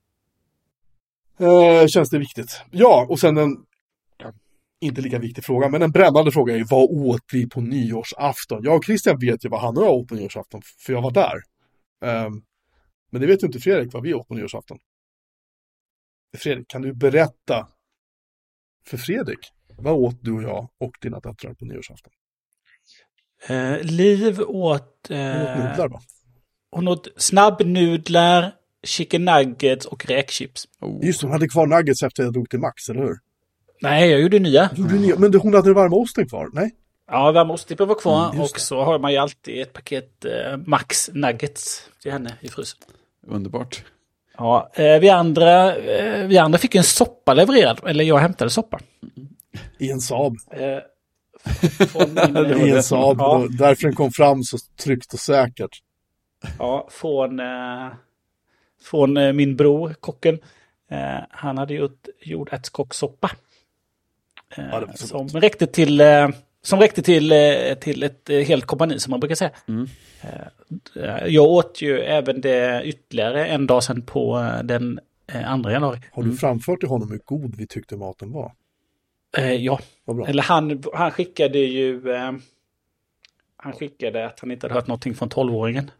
Eh, känns det viktigt. Ja, och sen en inte lika viktig fråga, men en brännande fråga är vad åt vi på nyårsafton? Jag och Christian vet ju vad han och jag åt på nyårsafton, för jag var där. Um, men det vet ju inte Fredrik vad vi åt på nyårsafton. Fredrik, kan du berätta för Fredrik, vad åt du och jag och dina döttrar på nyårsafton? Uh, Liv åt... Uh, hon åt nudlar, va? Hon åt snabbnudlar, chicken nuggets och räkchips. Oh. Just det, hon hade kvar nuggets efter jag drog till Max, eller hur? Nej, jag gjorde nya. Gjorde nya. Men hon hade varma osten kvar, nej? Ja, varma ostdippen var kvar. Mm, och så har man ju alltid ett paket uh, Max nuggets till henne i frysen. Underbart. Ja, uh, vi, andra, uh, vi andra fick en soppa levererad. Eller jag hämtade soppa. Mm. I en Saab. Uh, från min, I en Saab. Ja. Därför den kom fram så tryggt och säkert. Ja, från, uh, från uh, min bror, kocken. Uh, han hade gjort jordärtskockssoppa. Ja, som räckte till eh, som räckte till, eh, till ett eh, helt kompani som man brukar säga. Mm. Eh, jag åt ju även det ytterligare en dag sedan på eh, den eh, andra januari. Har du framfört till honom hur god vi tyckte maten var? Eh, ja. Eller han, han skickade ju eh, han skickade att han inte hade hört någonting från tolvåringen.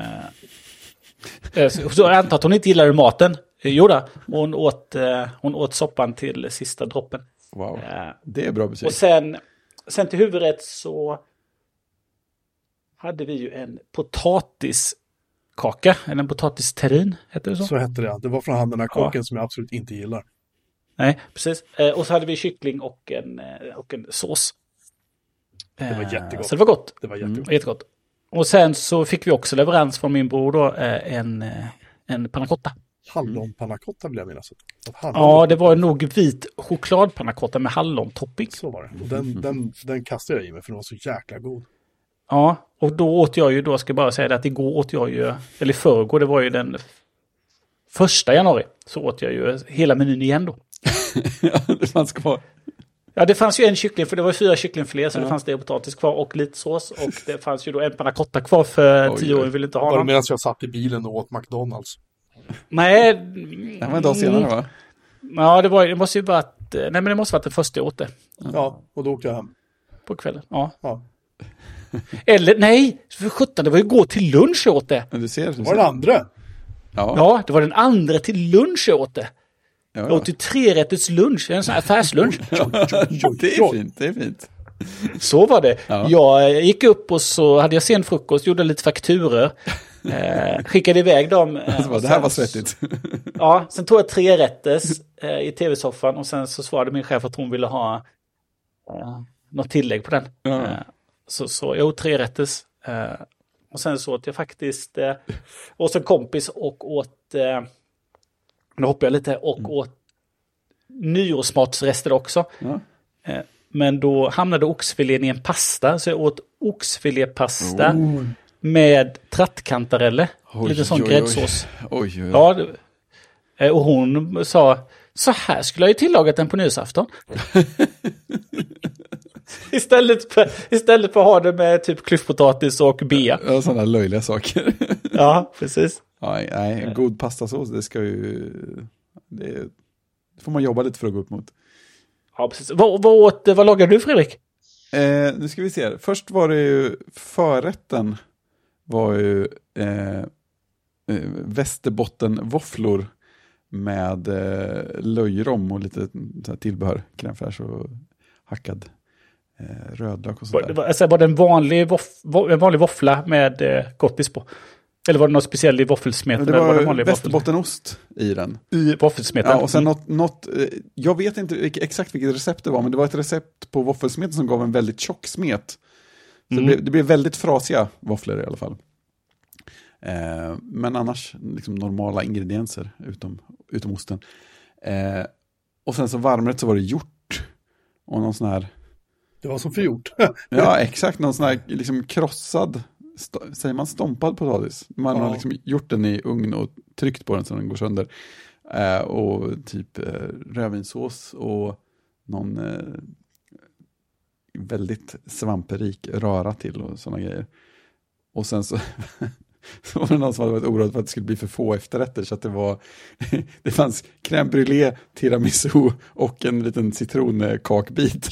Eh, så, så jag antar att hon inte gillade maten. Jo då, hon åt, eh, hon åt soppan till sista droppen. Wow, det är bra betyg. Och sen, sen till huvudrätt så hade vi ju en potatiskaka, eller en potatisterrin, heter det så? Så hette det, det var från han den här kocken ja. Som jag absolut inte gillar. Nej, precis. Och så hade vi kyckling och en, och en sås. Det var jättegott. Så det var gott. Det var jättegott. Mm, jättegott. Och sen så fick vi också leverans från min bror då, en, en panna cotta. Hallonpannacotta vill jag minnas. Ja, det var nog vit chokladpannacotta med hallontopping. Så var det. Och den, mm. den, den kastade jag i mig för den var så jäkla god. Ja, och då åt jag ju, då ska jag bara säga det att igår åt jag ju, eller i förrgår, det var ju den första januari, så åt jag ju hela menyn igen då. Ja, det fanns kvar. Ja, det fanns ju en kyckling, för det var fyra kycklingfilé, så ja. Det fanns det potatis kvar och lite sås. Och det fanns ju då en pannacotta kvar för Oj, tio år, vill inte ha någon. Var det medan jag satt i bilen och åt McDonalds? Nej. Det var en dag senare, va? Ja, det, var, det måste ju varit, nej men det måste varit det första jag åt det. Ja, och då åkte jag hem. På kvällen, ja. ja. Eller, nej, för sjutton, det var ju gå till lunch jag åt det. Men du ser, du ser. Det var den andra. Ja. ja, det var den andra till lunch jag åt det. Ja, ja. Jag åt ju trerätters lunch, en sån här affärslunch. Det är fint, det är fint. Så var det. Ja. Jag gick upp och så hade jag sen frukost, gjorde lite fakturer. Eh, skickade iväg dem. Eh, Alltså, det här var svettigt. Ja, sen tog jag tre rätters eh, i tv-soffan och sen så svarade min chef att hon ville ha eh, något tillägg på den. Ja. Eh, så, så jag åt tre rätters. Eh, och sen så åt jag faktiskt eh, hos en kompis och åt, eh, nu hoppar jag lite, och mm. åt nyårsmatsrester också. Ja. Eh, men då hamnade oxfilén i en pasta, så jag åt oxfilépasta oh. med trattkantareller. Oj, lite sån oj, gräddsås. Oj, oj, oj. Ja, det, och hon sa, så här skulle jag ju tillagat den på nyårsafton. istället, för, istället för att ha det med typ klyftpotatis och bea. Ja, sådana löjliga saker. Ja, precis. Ja, nej, en god pastasås, det ska ju... Det, det får man jobba lite för att gå upp mot. Ja, precis. Vad, vad, åt, vad lagade du, Fredrik? Eh, nu ska vi se. Först var det ju förrätten var ju eh, eh, västerbottenvåfflor med eh, löjrom och lite så här tillbehör, crème fraîche och hackad eh, rödlök och sånt där. Var, alltså, var det en vanlig, voff, en vanlig våffla med eh, gottis på? Eller var det något speciellt i våffelsmeten? Det var, var det västerbottenost i den. I våffelsmeten? Ja, och sen något, något, jag vet inte exakt vilket recept det var, men det var ett recept på våffelsmeten som gav en väldigt tjock smet. Så mm. det, blev, det blev väldigt frasiga våfflor i alla fall. Eh, men annars liksom normala ingredienser utom, utom osten. Eh, och sen så varmrätt så var det hjort. Och någon sån här... Det var som för hjort. Ja, exakt. Någon sån här liksom krossad... St- säger man stompad potatis? Man ja. har liksom gjort den i ugn och tryckt på den så den går sönder. Eh, och typ eh, rödvinssås och någon eh, väldigt svamperik röra till och sådana grejer. Och sen så, så var det någon som hade varit oroad för att det skulle bli för få efterrätter, så att det var det fanns crème brûlée, tiramisu och en liten citronkakbit.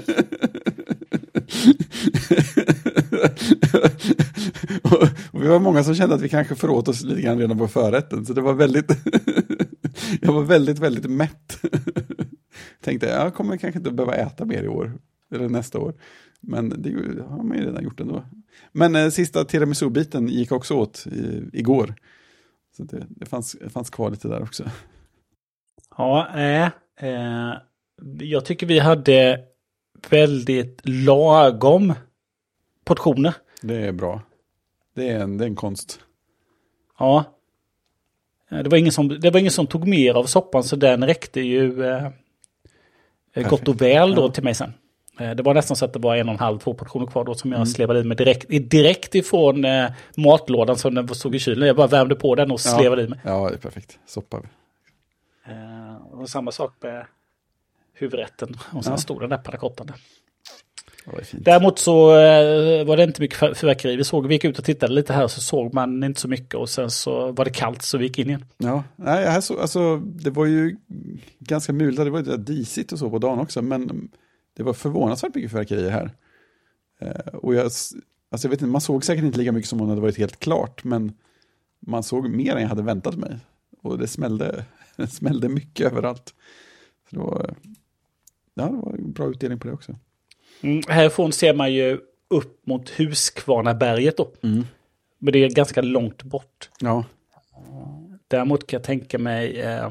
och, och vi var många som kände att vi kanske föråt oss lite grann redan på förrätten, så det var väldigt jag var väldigt, väldigt mätt. Tänkte, jag kommer kanske inte behöva äta mer i år eller nästa år, men det har man ju redan gjort ändå. Men eh, sista tiramisu-biten gick också åt i, igår, så det, det, fanns, det fanns kvar lite där också. Ja, äh, äh, jag tycker vi hade väldigt lagom portioner. Det är bra. Det är en, det är en konst. Ja. Det var, ingen som, det var ingen som tog mer av soppan, så den räckte ju eh, gott och väl då ja. till mig sen. Eh, det var nästan så att det var en och en halv, två portioner kvar då som jag mm. slevade i mig direkt, direkt ifrån eh, matlådan som den stod i kylen. Jag bara värmde på den och ja. slevade i mig. Ja, det är perfekt. Soppa. Eh, och samma sak med huvudrätten. Och sen ja. stod den där pannacottan där. Ja, däremot så eh, var det inte mycket fyrverkeri. Vi såg, vi gick ut och tittade lite här, så såg man inte så mycket, och sen så var det kallt så vi gick in igen. Ja, nej, här så, alltså, det var ju ganska muligt, det var ju disigt och så på dagen också, men det var förvånansvärt mycket fyrverkerier här. Eh, och jag, alltså jag vet inte, man såg säkert inte lika mycket som om det hade varit helt klart, men man såg mer än jag hade väntat mig. Och det smällde, det smällde mycket överallt. Så det var, ja, det var en bra utdelning på det också. Mm, härifrån ser man ju upp mot Huskvarnaberget då. Mm. Men det är ganska långt bort. Ja. Däremot kan jag tänka mig eh,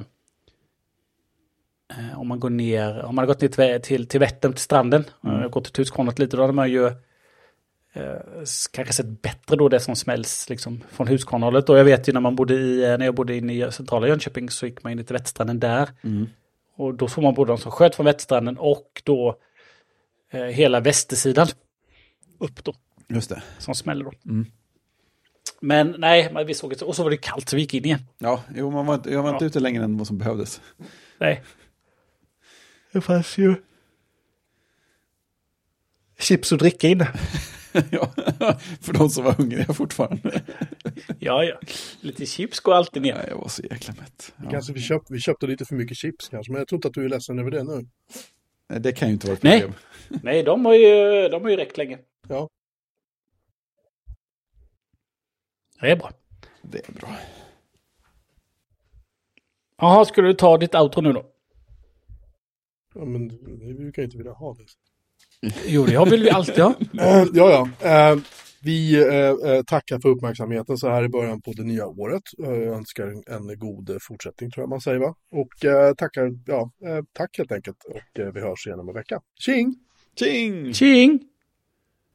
om man går ner, om man har gått ner till, till, till Vättern, till stranden, mm. och gått till Huskvarna lite, då hade man ju eh, kanske sett bättre då det som smälls liksom från Huskvarnahållet. Och jag vet ju när man bodde i, när jag bodde inne i centrala Jönköping, så gick man in till Vättstranden där. Mm. Och då får man både de som sköt från Vättstranden och då eh, hela västersidan upp då. Just det. Som smäller då. Mm. Men nej, vi såg det. Och så var det kallt så vi gick in igen. Ja, jo, man var, jag var inte ja. ute längre än vad som behövdes. Nej. Det fanns ju chips och dricka inne. Ja, för de som var hungriga fortfarande. Ja, ja. Lite chips går alltid ner. Ja, jag var så jäkla mätt. Ja. Kanske vi, köpt, vi köpte lite för mycket chips kanske, men jag tror inte att du är ledsen över det nu. Nej, det kan ju inte vara ett problem. Nej, Nej de, har ju, de har ju räckt länge. Ja. Det är bra. Det är bra. Jaha, skulle du ta ditt outro nu då? Ja, men vi brukar inte vilja ha det. Jo, det har väl vi alltid ha. Eh, ja, ja. Eh, vi eh, tackar för uppmärksamheten så här i början på det nya året. Jag önskar en, en god fortsättning tror jag man säger va. Och eh, tackar, ja, eh, tack helt enkelt. Och eh, vi hörs igen om en vecka. Tjing! Tjing! Tjing!